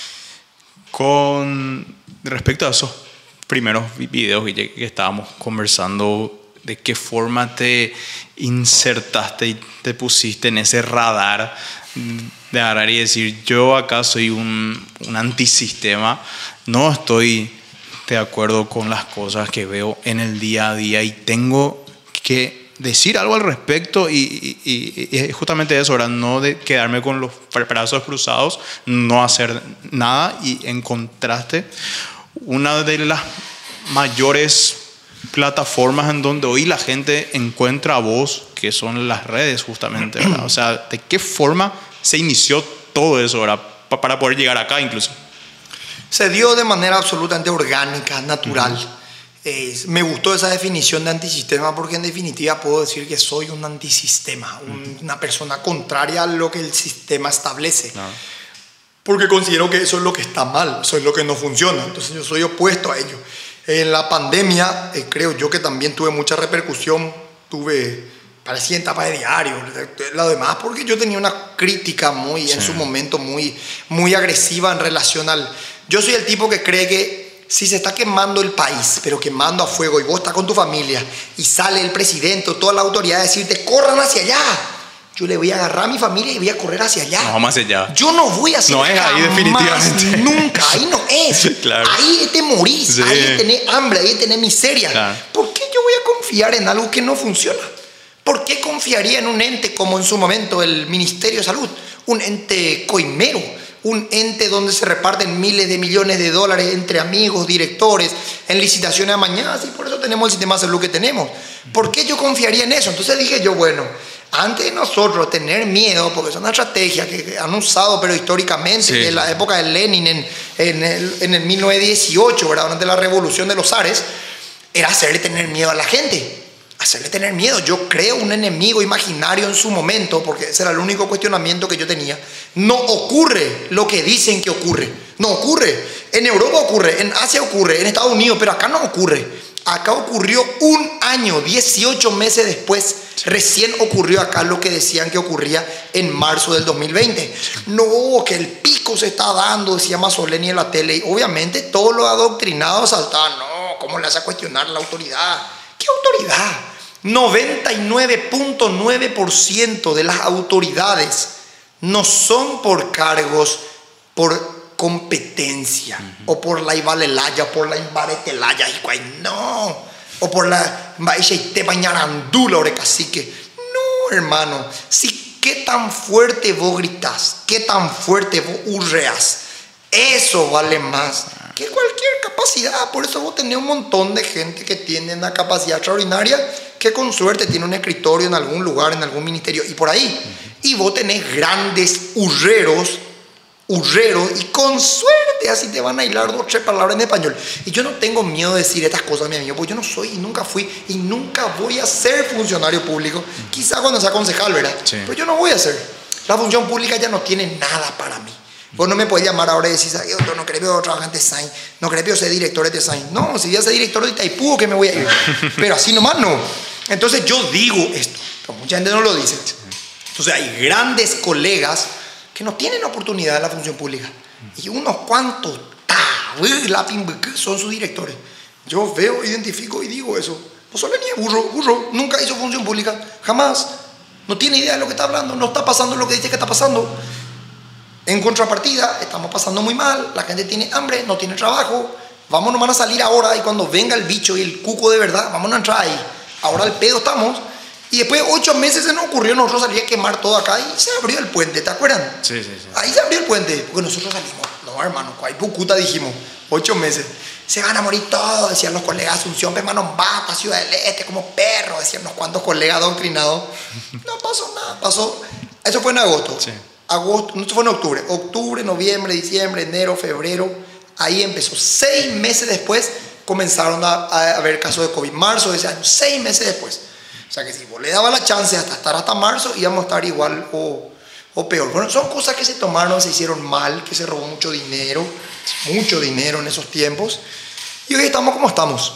Con respecto a esos primeros videos que estábamos conversando, ¿de qué forma te insertaste y te pusiste en ese radar de agarrar y decir, yo acá soy un antisistema, no estoy de acuerdo con las cosas que veo en el día a día y tengo que decir algo al respecto? Y es justamente eso, ¿verdad? No de quedarme con los brazos cruzados, no hacer nada. Y en contraste, una de las mayores plataformas en donde hoy la gente encuentra voz, que son las redes justamente, ¿verdad? O sea, ¿de qué forma se inició todo eso, ¿verdad? Para poder llegar acá incluso. Se dio de manera absolutamente orgánica, natural. Me gustó esa definición de antisistema porque en definitiva puedo decir que soy un antisistema, una persona contraria a lo que el sistema establece. No. Porque considero que eso es lo que está mal, eso es lo que no funciona. Entonces yo soy opuesto a ello. En la pandemia creo yo que también tuve mucha repercusión, parecía en tapa de diario, lo demás, porque yo tenía una crítica en su momento muy agresiva en relación al... Yo soy el tipo que cree que si se está quemando el país, pero quemando a fuego, y vos estás con tu familia, y sale el presidente o toda la autoridad a decirte, corran hacia allá, yo le voy a agarrar a mi familia y voy a correr hacia allá. No, vamos hacia allá. Yo no voy a hacer No es ahí definitivamente. Nunca, ahí no es. Claro. Ahí te morís, Sí. ahí tenés hambre, ahí tenés miseria. Claro. ¿Por qué yo voy a confiar en algo que no funciona? ¿Por qué confiaría en un ente como en su momento el Ministerio de Salud? Un ente coimero, un ente donde se reparten miles de millones de dólares entre amigos, directores, en licitaciones amañadas, y por eso tenemos el sistema de salud que tenemos. ¿Por qué yo confiaría en eso? Entonces dije yo, bueno, antes de nosotros tener miedo, porque es una estrategia que han usado, pero históricamente, Sí. en la época de Lenin, en el 1918, ¿verdad? Durante la revolución de los zares, era hacerle tener miedo a la gente. Hacerle tener miedo. Yo creo un enemigo imaginario en su momento, porque ese era el único cuestionamiento que yo tenía. No ocurre lo que dicen que ocurre. No ocurre. En Europa ocurre, en Asia ocurre, en Estados Unidos, pero acá no ocurre. Acá ocurrió un año, 18 meses después. Recién ocurrió acá lo que decían que ocurría en marzo del 2020. No, que el pico se está dando, decía Mazzoleni en la tele. Y obviamente todos los adoctrinados saltaban. No, ¿cómo le vas a cuestionar la autoridad? ¿Qué autoridad? 99.9% de las autoridades no son por cargos, por competencia, o por la Ibalelaya, por la Imbaretelaya, no, o por la Maishaite Bañarandula, ore cacique. No, hermano, si qué tan fuerte vos gritás, qué tan fuerte vos hurreas, eso vale más que cualquier capacidad. Por eso vos tenés un montón de gente que tiene una capacidad extraordinaria, que con suerte tiene un escritorio en algún lugar, en algún ministerio y por ahí. Y vos tenés grandes hurreros, y con suerte así te van a hilar 2 o 3 palabras en español. Y yo no tengo miedo de decir estas cosas, mi amigo, porque yo no soy y nunca fui y nunca voy a ser funcionario público. Quizá cuando sea concejal, ¿verdad? Sí. Pero yo no voy a ser. La función pública ya no tiene nada para mí. Vos no me podés llamar ahora y decir, yo no creo que trabajar en Design, no creo que ser director de Design. No, si voy a ser director de Itaipú, que me voy a ir. Pero así nomás no. Entonces yo digo esto, pero mucha gente no lo dice. Entonces hay grandes colegas que no tienen oportunidad en la función pública. Y unos cuantos son sus directores. Yo veo, identifico y digo eso. Mazzoleni es burro, nunca hizo función pública, jamás. No tiene idea de lo que está hablando, no está pasando lo que dice que está pasando. En contrapartida, estamos pasando muy mal, la gente tiene hambre, no tiene trabajo. Vamos nomás a salir ahora y cuando venga el bicho y el cuco de verdad, vamos a entrar ahí. Ahora al pedo estamos. Y después de 8 meses se nos ocurrió nosotros salir a quemar todo acá y se abrió el puente, ¿te acuerdan? Sí. Ahí se abrió el puente, porque nosotros salimos. No, hermano, hay pucuta dijimos, 8 meses. Se van a morir todos, decían los colegas de Asunción, Pemanambata, Ciudad del Este, como perros, decían unos cuantos colegas adoctrinados. No pasó nada, pasó. Eso fue en agosto. Sí. Agosto, no, esto fue en octubre. Octubre, noviembre, diciembre, enero, febrero. Ahí empezó. 6 meses después comenzaron a haber casos de COVID. Marzo de ese año, 6 meses después. O sea que si vos le dabas la chance hasta estar hasta marzo, íbamos a estar igual o peor. Bueno, son cosas que se tomaron, se hicieron mal, que se robó mucho dinero en esos tiempos. Y hoy estamos como estamos.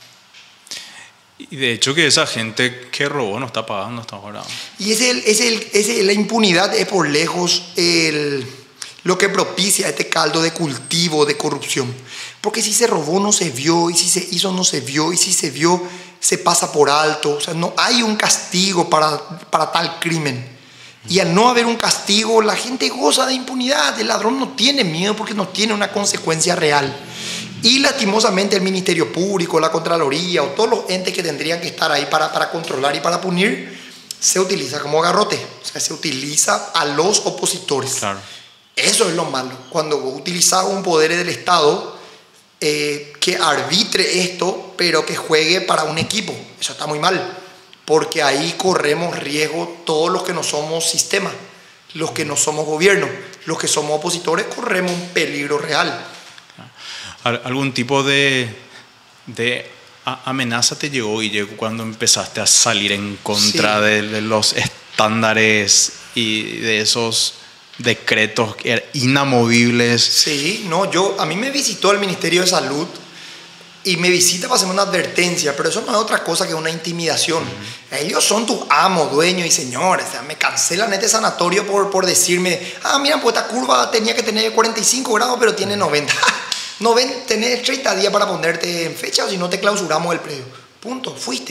Y de hecho que esa gente que robó no está pagando hasta ahora. Y la impunidad es por lejos lo que propicia este caldo de cultivo de corrupción. Porque si se robó no se vio, y si se hizo no se vio, y si se vio se pasa por alto. O sea, no hay un castigo para tal crimen. Y al no haber un castigo, la gente goza de impunidad. El ladrón no tiene miedo porque no tiene una consecuencia real. Y lastimosamente el Ministerio Público, la Contraloría o todos los entes que tendrían que estar ahí para controlar y para punir, se utiliza como garrote. O sea, se utiliza a los opositores. Claro. Eso es lo malo. Cuando vos utilizás un poder del Estado que arbitre esto, pero que juegue para un equipo. Eso está muy mal. Porque ahí corremos riesgo todos los que no somos sistema, los que no somos gobierno, los que somos opositores, corremos un peligro real. ¿Algún tipo de amenaza te llegó, Guille, cuando empezaste a salir en contra de los estándares y de esos decretos que eran inamovibles? Sí, no, a mí me visitó el Ministerio de Salud y me visita para hacerme una advertencia, pero eso no es otra cosa que una intimidación. Ellos son tus amos, dueños y señores. O sea, me cancelan este sanatorio por decirme, mira, pues esta curva tenía que tener 45 grados, pero tiene 90. Tenés 30 días para ponerte en fecha o si no te clausuramos el predio. Punto, fuiste.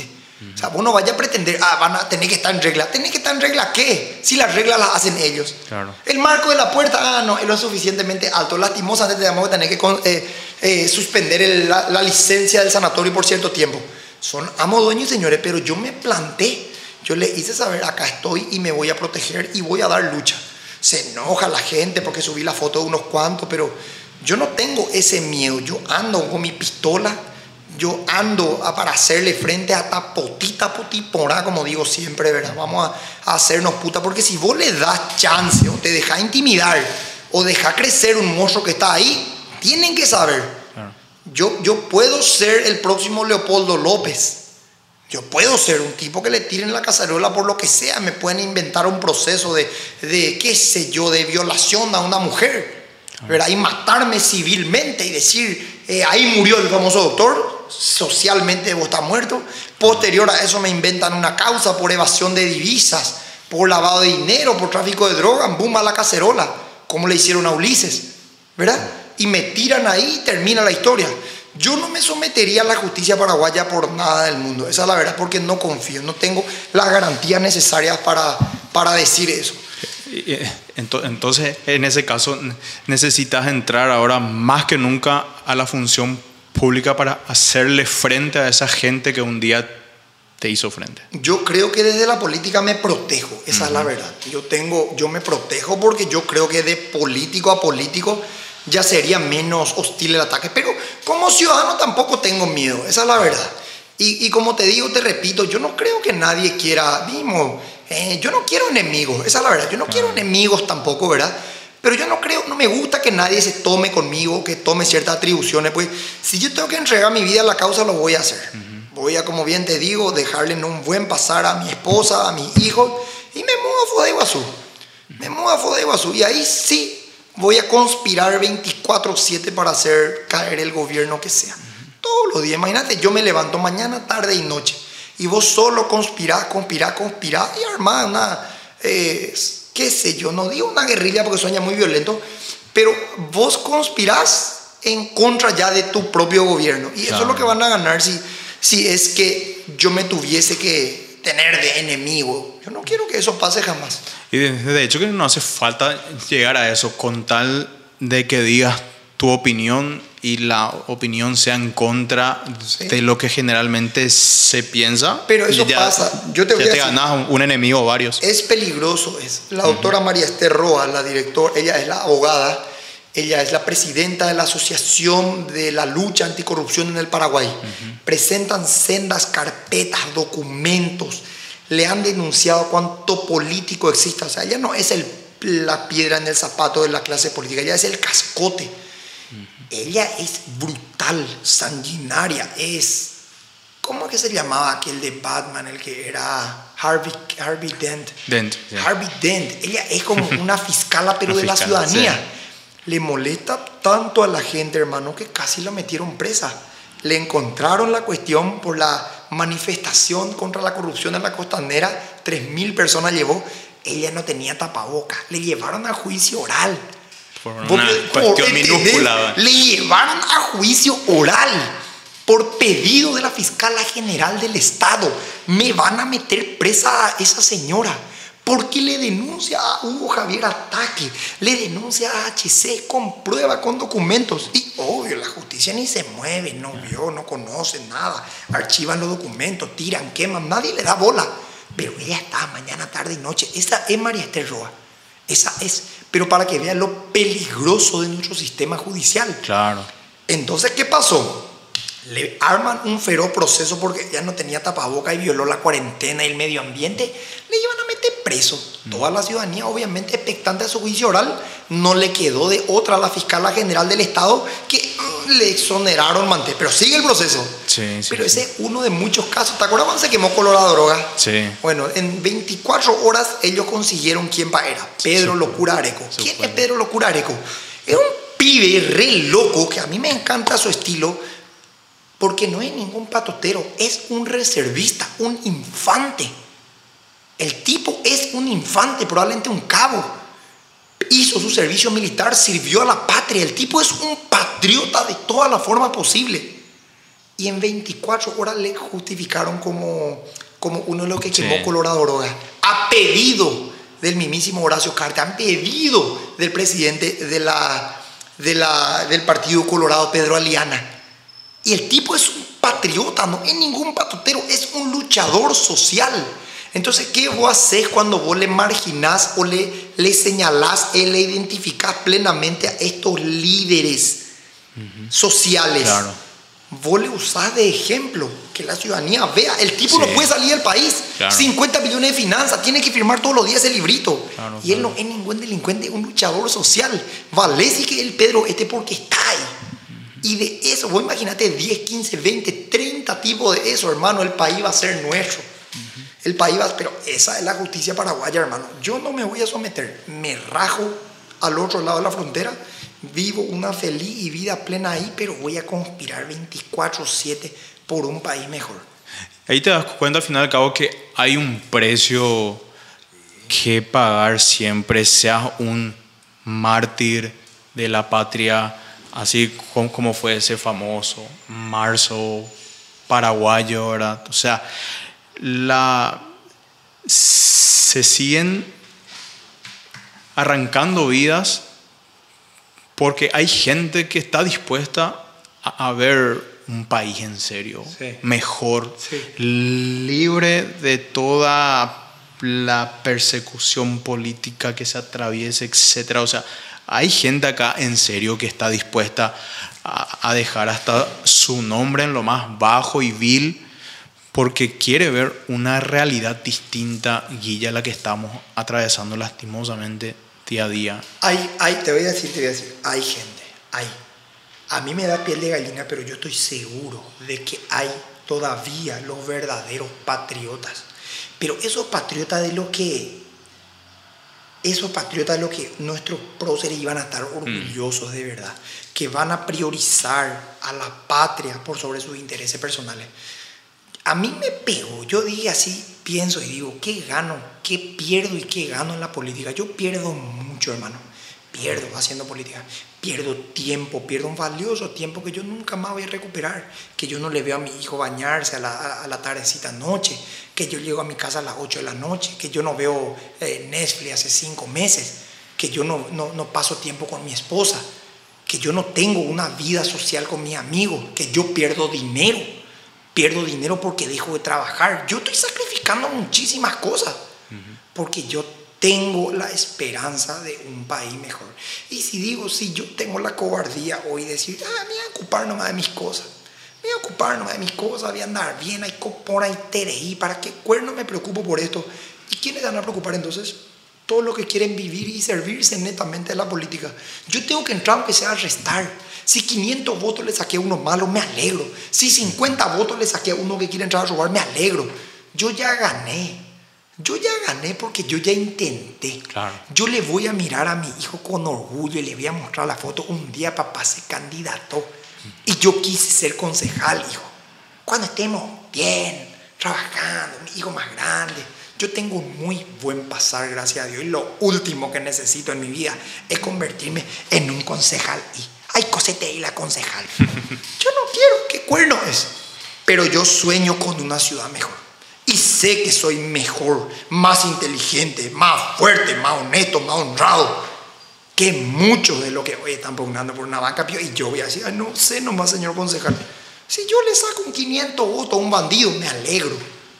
O sea, vos no vayas a pretender, van a tener que estar en regla. ¿Tenés que estar en regla qué? Si las reglas las hacen ellos. Claro. El marco de la puerta, no, es lo suficientemente alto. Lastimosamente tenemos que tener que suspender la licencia del sanatorio por cierto tiempo. Son amos, dueños y señores, pero yo me planté. Yo le hice saber, acá estoy y me voy a proteger y voy a dar lucha. Se enoja la gente porque subí la foto de unos cuantos, pero yo no tengo ese miedo. Yo ando con mi pistola. Yo ando para hacerle frente a tapotita, putiporá, como digo siempre, ¿verdad? Vamos a hacernos puta, porque si vos le das chance o te dejas intimidar o dejas crecer un monstruo que está ahí, tienen que saber. Claro. Yo puedo ser el próximo Leopoldo López. Yo puedo ser un tipo que le tiren la cacerola por lo que sea. Me pueden inventar un proceso de qué sé yo, de violación a una mujer, ¿verdad? Y matarme civilmente y decir, ahí murió el famoso doctor. Socialmente vos estás muerto. Posterior a eso me inventan una causa por evasión de divisas, por lavado de dinero, por tráfico de drogas, boom, a la cacerola, como le hicieron a Ulises, ¿verdad? Y me tiran ahí y termina la historia. Yo no me sometería a la justicia paraguaya por nada del mundo, esa es la verdad, porque no confío, no tengo las garantías necesarias para decir eso. Entonces, en ese caso, necesitas entrar ahora más que nunca a la función pública para hacerle frente a esa gente que un día te hizo frente. Yo creo que desde la política me protejo, esa es la verdad. Yo me protejo porque yo creo que de político a político ya sería menos hostil el ataque, pero como ciudadano tampoco tengo miedo, esa es la verdad. Y como te digo, te repito, yo no creo que nadie quiera, yo no quiero enemigos, esa es la verdad, yo no quiero enemigos tampoco, ¿verdad? Pero yo no me gusta que nadie se tome conmigo, que tome ciertas atribuciones, pues si yo tengo que entregar mi vida a la causa, lo voy a hacer. Voy a, como bien te digo, dejarle en un buen pasar a mi esposa, a mis hijos, y me mudo a Foz de Iguazú. Y ahí sí voy a conspirar 24/7 para hacer caer el gobierno que sea. Todos los días, imagínate, yo me levanto mañana, tarde y noche, y vos solo conspirás, y armás una... qué sé yo, no digo una guerrilla porque suena muy violento, pero vos conspirás en contra ya de tu propio gobierno. Y claro, eso es lo que van a ganar si es que yo me tuviese que tener de enemigo. Yo no quiero que eso pase jamás. Y de hecho que no hace falta llegar a eso con tal de que digas tu opinión y la opinión sea en contra de lo que generalmente se piensa. Pero eso pasa. Yo te voy a decir, ganas un enemigo o varios. Es peligroso. La doctora María Esther Roa, la directora, ella es la abogada, ella es la presidenta de la Asociación de la Lucha Anticorrupción en el Paraguay. Presentan sendas carpetas, documentos, le han denunciado cuánto político exista. O sea, ella no es la piedra en el zapato de la clase política, ella es el cascote. Ella es brutal, sanguinaria, ¿cómo es que se llamaba aquel de Batman, el que era Harvey Dent? Harvey Dent, ella es como una fiscala, pero de la ciudadanía. Sí. Le molesta tanto a la gente, hermano, que casi la metieron presa. Le encontraron la cuestión por la manifestación contra la corrupción en la Costanera, 3.000 personas llevó, ella no tenía tapabocas, le llevaron a juicio oral. Por una cuestión minúscula. Le llevaron a juicio oral por pedido de la fiscala general del Estado. Me van a meter presa a esa señora porque le denuncia a Hugo Javier Ataque, le denuncia a HC con prueba, con documentos. Y obvio, la justicia ni se mueve, no vio, no conoce nada. Archivan los documentos, tiran, queman, nadie le da bola. Pero ella está mañana, tarde y noche. Esa es María Esther Roa. Esa es, pero para que vean lo peligroso de nuestro sistema judicial. Claro. Entonces, ¿qué pasó? Le arman un feroz proceso porque ya no tenía tapaboca y violó la cuarentena y el medio ambiente. Le llevan a meter preso. Toda la ciudadanía, obviamente, expectante a su juicio oral. No le quedó de otra a la fiscala general del Estado que le exoneraron mantener. Pero sigue el proceso. Pero ese es uno de muchos casos. ¿Te acuerdas cuando se quemó Colorado Droga? Sí. Bueno, en 24 horas ellos consiguieron quién era. Pedro Locura Areco. ¿Quién es Pedro Locura Areco? Era un pibe re loco que a mí me encanta su estilo porque no es ningún patotero. Es un reservista, un infante. El tipo es un infante, probablemente un cabo. Hizo su servicio militar, sirvió a la patria. El tipo es un patriota de todas las formas posibles. y en 24 horas le justificaron como uno de los que quemó Sí. Colorado Droga. A pedido del mismísimo Horacio Cartes, han pedido del presidente del Partido Colorado, Pedro Aliana. Y el tipo es un patriota, no es ningún patotero, es un luchador social. Entonces, ¿qué vos haces cuando vos le marginás o le señalás y le identificás plenamente a estos líderes sociales? Claro. Vos le usás de ejemplo, que la ciudadanía vea. El tipo no Sí. puede salir del país. Claro. 50 millones de finanzas, tiene que firmar todos los días ese librito. Claro, y él claro. no es ningún delincuente, es un luchador social. Vale, sí que el Pedro porque está ahí. Y de eso, vos imagínate 10, 15, 20, 30 tipos de eso, hermano, el país va a ser nuestro. El país va, pero esa es la justicia paraguaya, hermano. Yo no me voy a someter, me rajo al otro lado de la frontera, vivo una feliz y vida plena ahí, pero voy a conspirar 24/7 por un país mejor. Ahí te das cuenta al final y al cabo que hay un precio que pagar siempre, seas un mártir de la patria, así como fue ese famoso marzo paraguayo, ¿verdad? O sea, se siguen arrancando vidas porque hay gente que está dispuesta a ver un país en serio, Sí. mejor, Sí. libre de toda la persecución política que se atraviese, etcétera. O sea, hay gente acá en serio que está dispuesta a dejar hasta su nombre en lo más bajo y vil porque quiere ver una realidad distinta, Guilla, a la que estamos atravesando lastimosamente día a día. Te voy a decir, hay gente, hay. A mí me da piel de gallina, pero yo estoy seguro de que hay todavía los verdaderos patriotas. Pero esos patriotas de lo que nuestros próceres iban a estar orgullosos de verdad, que van a priorizar a la patria por sobre sus intereses personales. A mí me pegó, yo dije así, pienso y digo, ¿qué gano? ¿Qué pierdo y qué gano en la política? Yo pierdo mucho, hermano, pierdo haciendo política, pierdo tiempo, pierdo un valioso tiempo que yo nunca más voy a recuperar, que yo no le veo a mi hijo bañarse a la tardecita noche, que yo llego a mi casa a las 8 de la noche, que yo no veo Netflix hace 5 meses, que yo no paso tiempo con mi esposa, que yo no tengo una vida social con mis amigos, que yo pierdo dinero porque dejo de trabajar. Yo estoy sacrificando muchísimas cosas porque yo tengo la esperanza de un país mejor. Y si yo tengo la cobardía hoy de decir, me voy a ocupar nomás de mis cosas, voy a andar bien, hay copora, hay tereí, ¿para qué cuerno me preocupo por esto? ¿Y quiénes van a preocupar entonces? Todos los que quieren vivir y servirse netamente de la política. Yo tengo que entrar aunque sea a restar. Si 500 votos le saqué a uno malo, me alegro. Si 50 votos le saqué a uno que quiere entrar a robar, me alegro. Yo ya gané porque yo ya intenté. Claro. Yo le voy a mirar a mi hijo con orgullo y le voy a mostrar la foto. Un día papá se candidató y yo quise ser concejal, hijo. Cuando estemos bien, trabajando, mi hijo más grande. Yo tengo un muy buen pasar, gracias a Dios. Y lo último que necesito en mi vida es convertirme en un concejal. Ay, cosete y la concejal. Yo no quiero, ¿qué cuerno es? Pero yo sueño con una ciudad mejor. Y sé que soy mejor, más inteligente, más fuerte, más honesto, más honrado que muchos de los que hoy están pugnando por una banca. Y yo voy a decir, no sé nomás, señor concejal. Si yo le saco un 500 votos a un bandido, me alegro.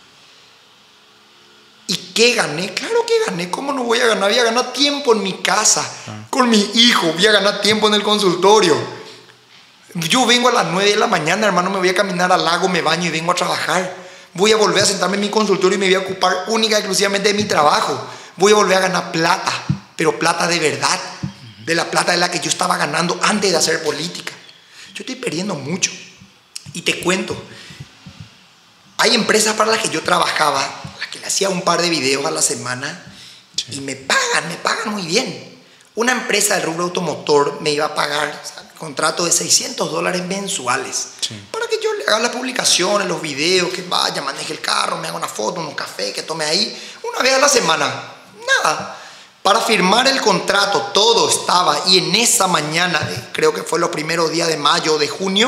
¿Y qué gané? Claro que gané. ¿Cómo no voy a ganar? Voy a ganar tiempo en mi casa, con mi hijo. Voy a ganar tiempo en el consultorio. Yo vengo a las 9 de la mañana, hermano, me voy a caminar al lago, me baño y vengo a trabajar. Voy a volver a sentarme en mi consultorio y me voy a ocupar única y exclusivamente de mi trabajo. Voy a volver a ganar plata, pero plata de verdad. De la plata de la que yo estaba ganando antes de hacer política. Yo estoy perdiendo mucho. Y te cuento, hay empresas para las que yo trabajaba, que le hacía un par de videos a la semana, sí, y me pagan muy bien. Una empresa del rubro automotor me iba a pagar, o sea, contrato de $600 mensuales, sí, para que yo le haga las publicaciones, los videos, que vaya, maneje el carro, me haga una foto, unos cafés, que tome ahí, una vez a la semana. Nada. Para firmar el contrato todo estaba, y en esa mañana, creo que fue los primeros días de mayo o de junio,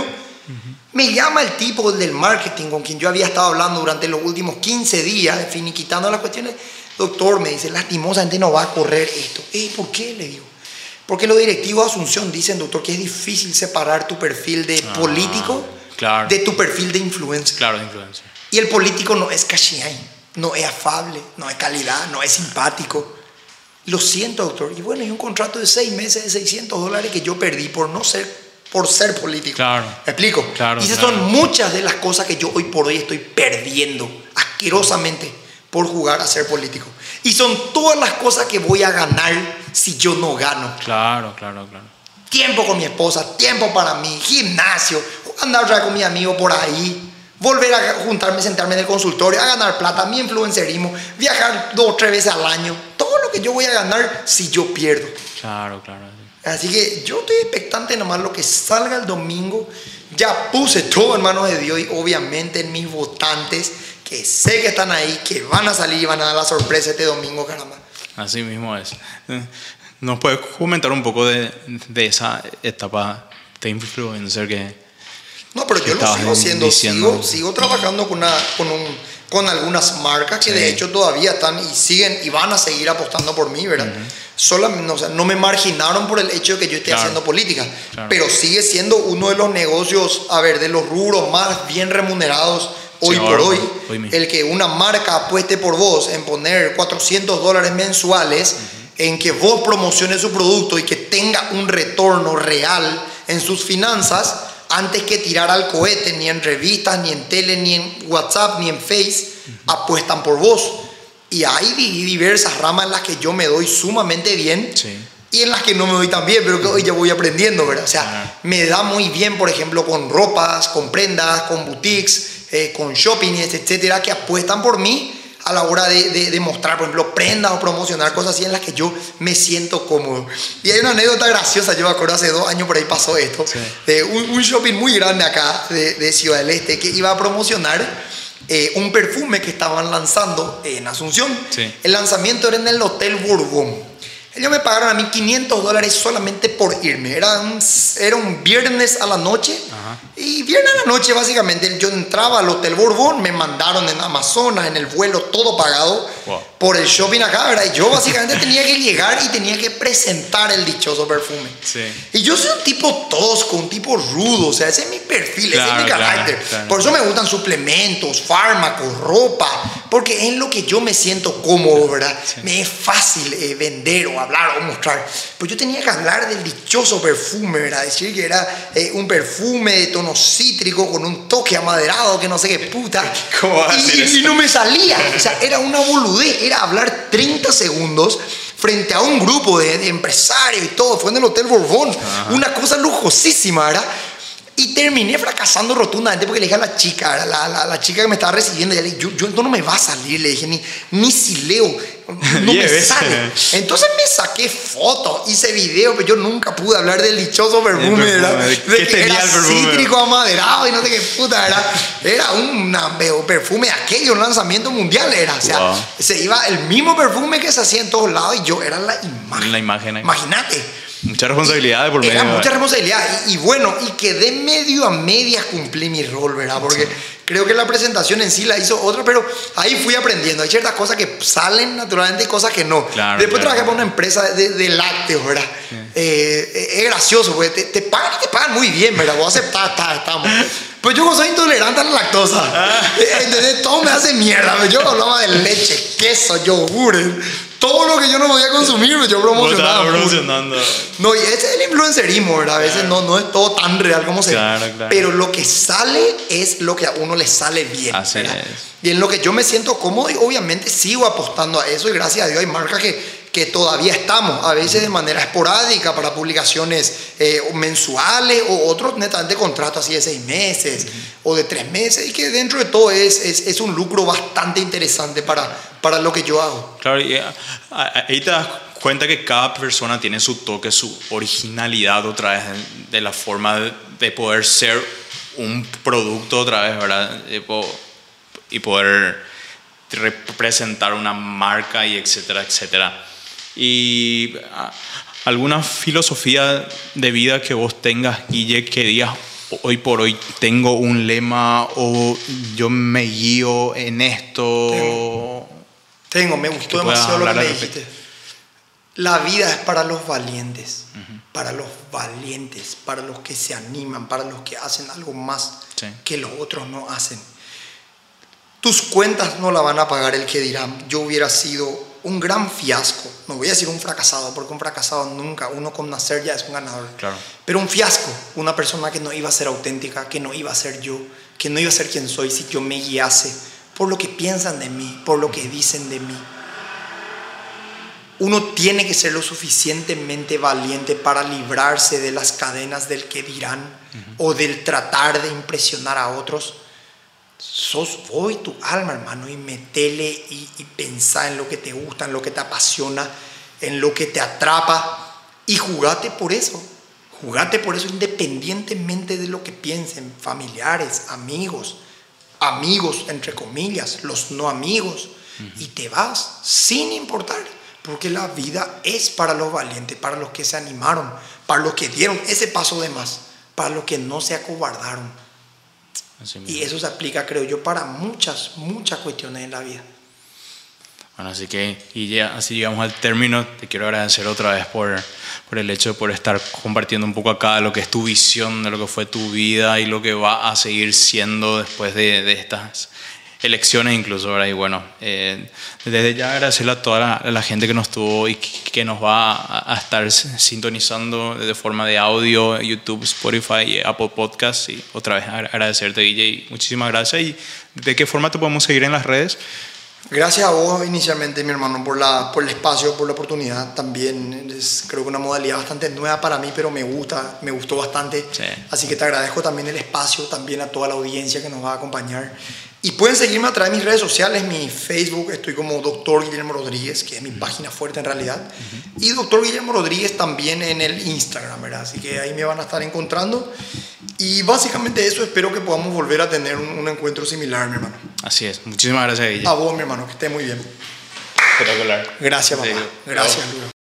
Me llama el tipo del marketing con quien yo había estado hablando durante los últimos 15 días, finiquitando las cuestiones. Doctor, me dice, lastimosamente no va a correr esto. ¿Por qué? Le digo. Porque los directivos de Asunción dicen, doctor, que es difícil separar tu perfil de político de tu perfil de influencer. Claro, de influencer. Y el político no es cachiay, no es afable, no es calidad, no es simpático. Lo siento, doctor. Y bueno, hay un contrato de 6 meses de $600 que yo perdí por ser político. Claro. ¿Me explico? Claro, y esas son muchas de las cosas que yo hoy por hoy estoy perdiendo asquerosamente por jugar a ser político. Y son todas las cosas que voy a ganar si yo no gano. Claro. Tiempo con mi esposa, tiempo para mí, gimnasio, andar otra vez con mi amigo por ahí, volver a juntarme, sentarme en el consultorio, a ganar plata, mi influencerismo, viajar 2 o 3 veces al año. Todo lo que yo voy a ganar si yo pierdo. Claro. Así que yo estoy expectante nomás lo que salga el domingo. Ya puse todo en manos de Dios y obviamente en mis votantes que sé que están ahí, que van a salir y van a dar la sorpresa este domingo, caramba. Así mismo es. ¿Nos puedes comentar un poco de esa etapa de influencer que... No, pero yo lo sigo haciendo, sigo trabajando con algunas marcas que de hecho todavía están y siguen y van a seguir apostando por mí, ¿verdad? No me marginaron por el hecho de que yo esté haciendo política, pero sigue siendo uno de los negocios, de los rubros más bien remunerados hoy por hoy, el que una marca apueste por vos en poner $400 mensuales en que vos promociones su producto y que tenga un retorno real en sus finanzas, antes que tirar al cohete, ni en revistas, ni en tele, ni en WhatsApp, ni en Face, apuestan por vos. Y hay diversas ramas en las que yo me doy sumamente bien y en las que no me doy tan bien, pero que hoy ya voy aprendiendo, ¿verdad? O sea, me da muy bien, por ejemplo, con ropas, con prendas, con boutiques, con shopping, etcétera, que apuestan por mí a la hora de mostrar, por ejemplo, prendas o promocionar cosas así en las que yo me siento cómodo. Y hay una anécdota graciosa, yo me acuerdo hace 2 años por ahí pasó esto, de un shopping muy grande acá de Ciudad del Este que iba a promocionar un perfume que estaban lanzando en Asunción. El lanzamiento era en el Hotel Bourbon. Ellos me pagaron a mí $500 solamente por irme. Era un viernes a la noche. Y viernes a la noche básicamente yo entraba al Hotel Bourbon, me mandaron en Amazonas, en el vuelo, todo pagado por el shopping acá, ¿verdad? Y yo básicamente tenía que llegar y tenía que presentar el dichoso perfume. Y yo soy un tipo tosco, un tipo rudo, o sea, ese es mi perfil, ese es mi carácter. Por eso me gustan suplementos, fármacos, ropa, porque es en lo que yo me siento cómodo, ¿verdad? Me es fácil vender o hablar o mostrar. Pues yo tenía que hablar del dichoso perfume, ¿verdad? Decir que era un perfume de tono cítrico con un toque amaderado que no sé qué puta. ¿Cómo va a ser eso? Y no me salía. O sea, era una boludez. Era hablar 30 segundos frente a un grupo de empresarios y todo. Fue en el Hotel Bourbon. Una cosa lujosísima, ¿verdad? Y terminé fracasando rotundamente porque le dije a la chica, la chica que me estaba recibiendo, yo no me va a salir, le dije, ni si leo, no me sale. Entonces me saqué fotos, hice video, pero yo nunca pude hablar del dichoso perfume, de que era cítrico, amaderado y no sé qué puta, era un perfume de aquello, un lanzamiento mundial era, o sea, se iba el mismo perfume que se hacía en todos lados y yo era la imagen. Imagínate. Mucha responsabilidad por medio. Era mucha responsabilidad. Y bueno, y quedé medio a medias cumplí mi rol, ¿verdad? Porque creo que la presentación en sí la hizo otra, pero ahí fui aprendiendo. Hay ciertas cosas que salen naturalmente y cosas que no. Después trabajé para una empresa de lácteos, ¿verdad? Es gracioso, porque te pagan y te pagan muy bien, ¿verdad? Vos aceptás, estamos. Pues yo soy intolerante a la lactosa. ¿Entendés? Todo me hace mierda. Yo hablaba de leche, queso, yogures. Todo lo que yo no podía consumir, yo promocionaba. No, y ese es el influencerismo, ¿verdad? A veces no es todo tan real como se ve. Pero lo que sale es lo que a uno le sale bien. Así es. Y en lo que yo me siento cómodo y obviamente sigo apostando a eso y gracias a Dios hay marcas que todavía estamos, a veces de manera esporádica para publicaciones mensuales o otros netamente contratos así de 6 meses o de 3 meses y que dentro de todo es un lucro bastante interesante para lo que yo hago. Claro, y ahí te das cuenta que cada persona tiene su toque, su originalidad otra vez de la forma de poder ser un producto otra vez, ¿verdad? Y poder representar una marca y etcétera, etcétera. Y alguna filosofía de vida que vos tengas, Guille, que digas hoy por hoy tengo un lema o yo me guío en esto? Me gustó demasiado lo que me dijiste. La vida es para los valientes, para los valientes, para los que se animan, para los que hacen algo más que los otros no hacen. Tus cuentas no la van a pagar el que dirán. Yo hubiera sido un gran fiasco, no voy a decir un fracasado, porque un fracasado nunca, uno con nacer ya es un ganador. Claro. Pero un fiasco, una persona que no iba a ser auténtica, que no iba a ser yo, que no iba a ser quien soy si yo me guiase por lo que piensan de mí, por lo que dicen de mí. Uno tiene que ser lo suficientemente valiente para librarse de las cadenas del que dirán o del tratar de impresionar a otros. Sos vos y tu alma, hermano, y metele y pensá en lo que te gusta, en lo que te apasiona, en lo que te atrapa y jugate por eso. Jugate por eso independientemente de lo que piensen familiares, amigos entre comillas, los no amigos, y te vas sin importar. Porque la vida es para los valientes, para los que se animaron, para los que dieron ese paso de más, para los que no se acobardaron. Y eso se aplica, creo yo, para muchas cuestiones en la vida. Bueno, así que, y ya así llegamos al término. Te quiero agradecer otra vez por el hecho de poder estar compartiendo un poco acá lo que es tu visión, de lo que fue tu vida y lo que va a seguir siendo después de estas elecciones incluso, ¿verdad? Y bueno, desde ya agradecerle a toda la gente que nos tuvo y que nos va a estar sintonizando de forma de audio, YouTube, Spotify, Apple Podcasts. Y otra vez agradecerte, Guille, muchísimas gracias. ¿Y de qué forma te podemos seguir en las redes? Gracias a vos inicialmente, mi hermano, por el espacio, por la oportunidad. También es, creo que una modalidad bastante nueva para mí, pero me gustó bastante. Sí. Así que te agradezco también el espacio, también a toda la audiencia que nos va a acompañar. Y pueden seguirme a través de mis redes sociales, mi Facebook, estoy como Dr. Guillermo Rodríguez, que es mi página fuerte en realidad. Y Dr. Guillermo Rodríguez también en el Instagram, ¿verdad? Así que ahí me van a estar encontrando. Y básicamente eso, espero que podamos volver a tener un encuentro similar, mi hermano. Así es. Muchísimas gracias, Guillermo. A vos, mi hermano, que esté muy bien. Espectacular. Gracias, papá. Gracias, Luis.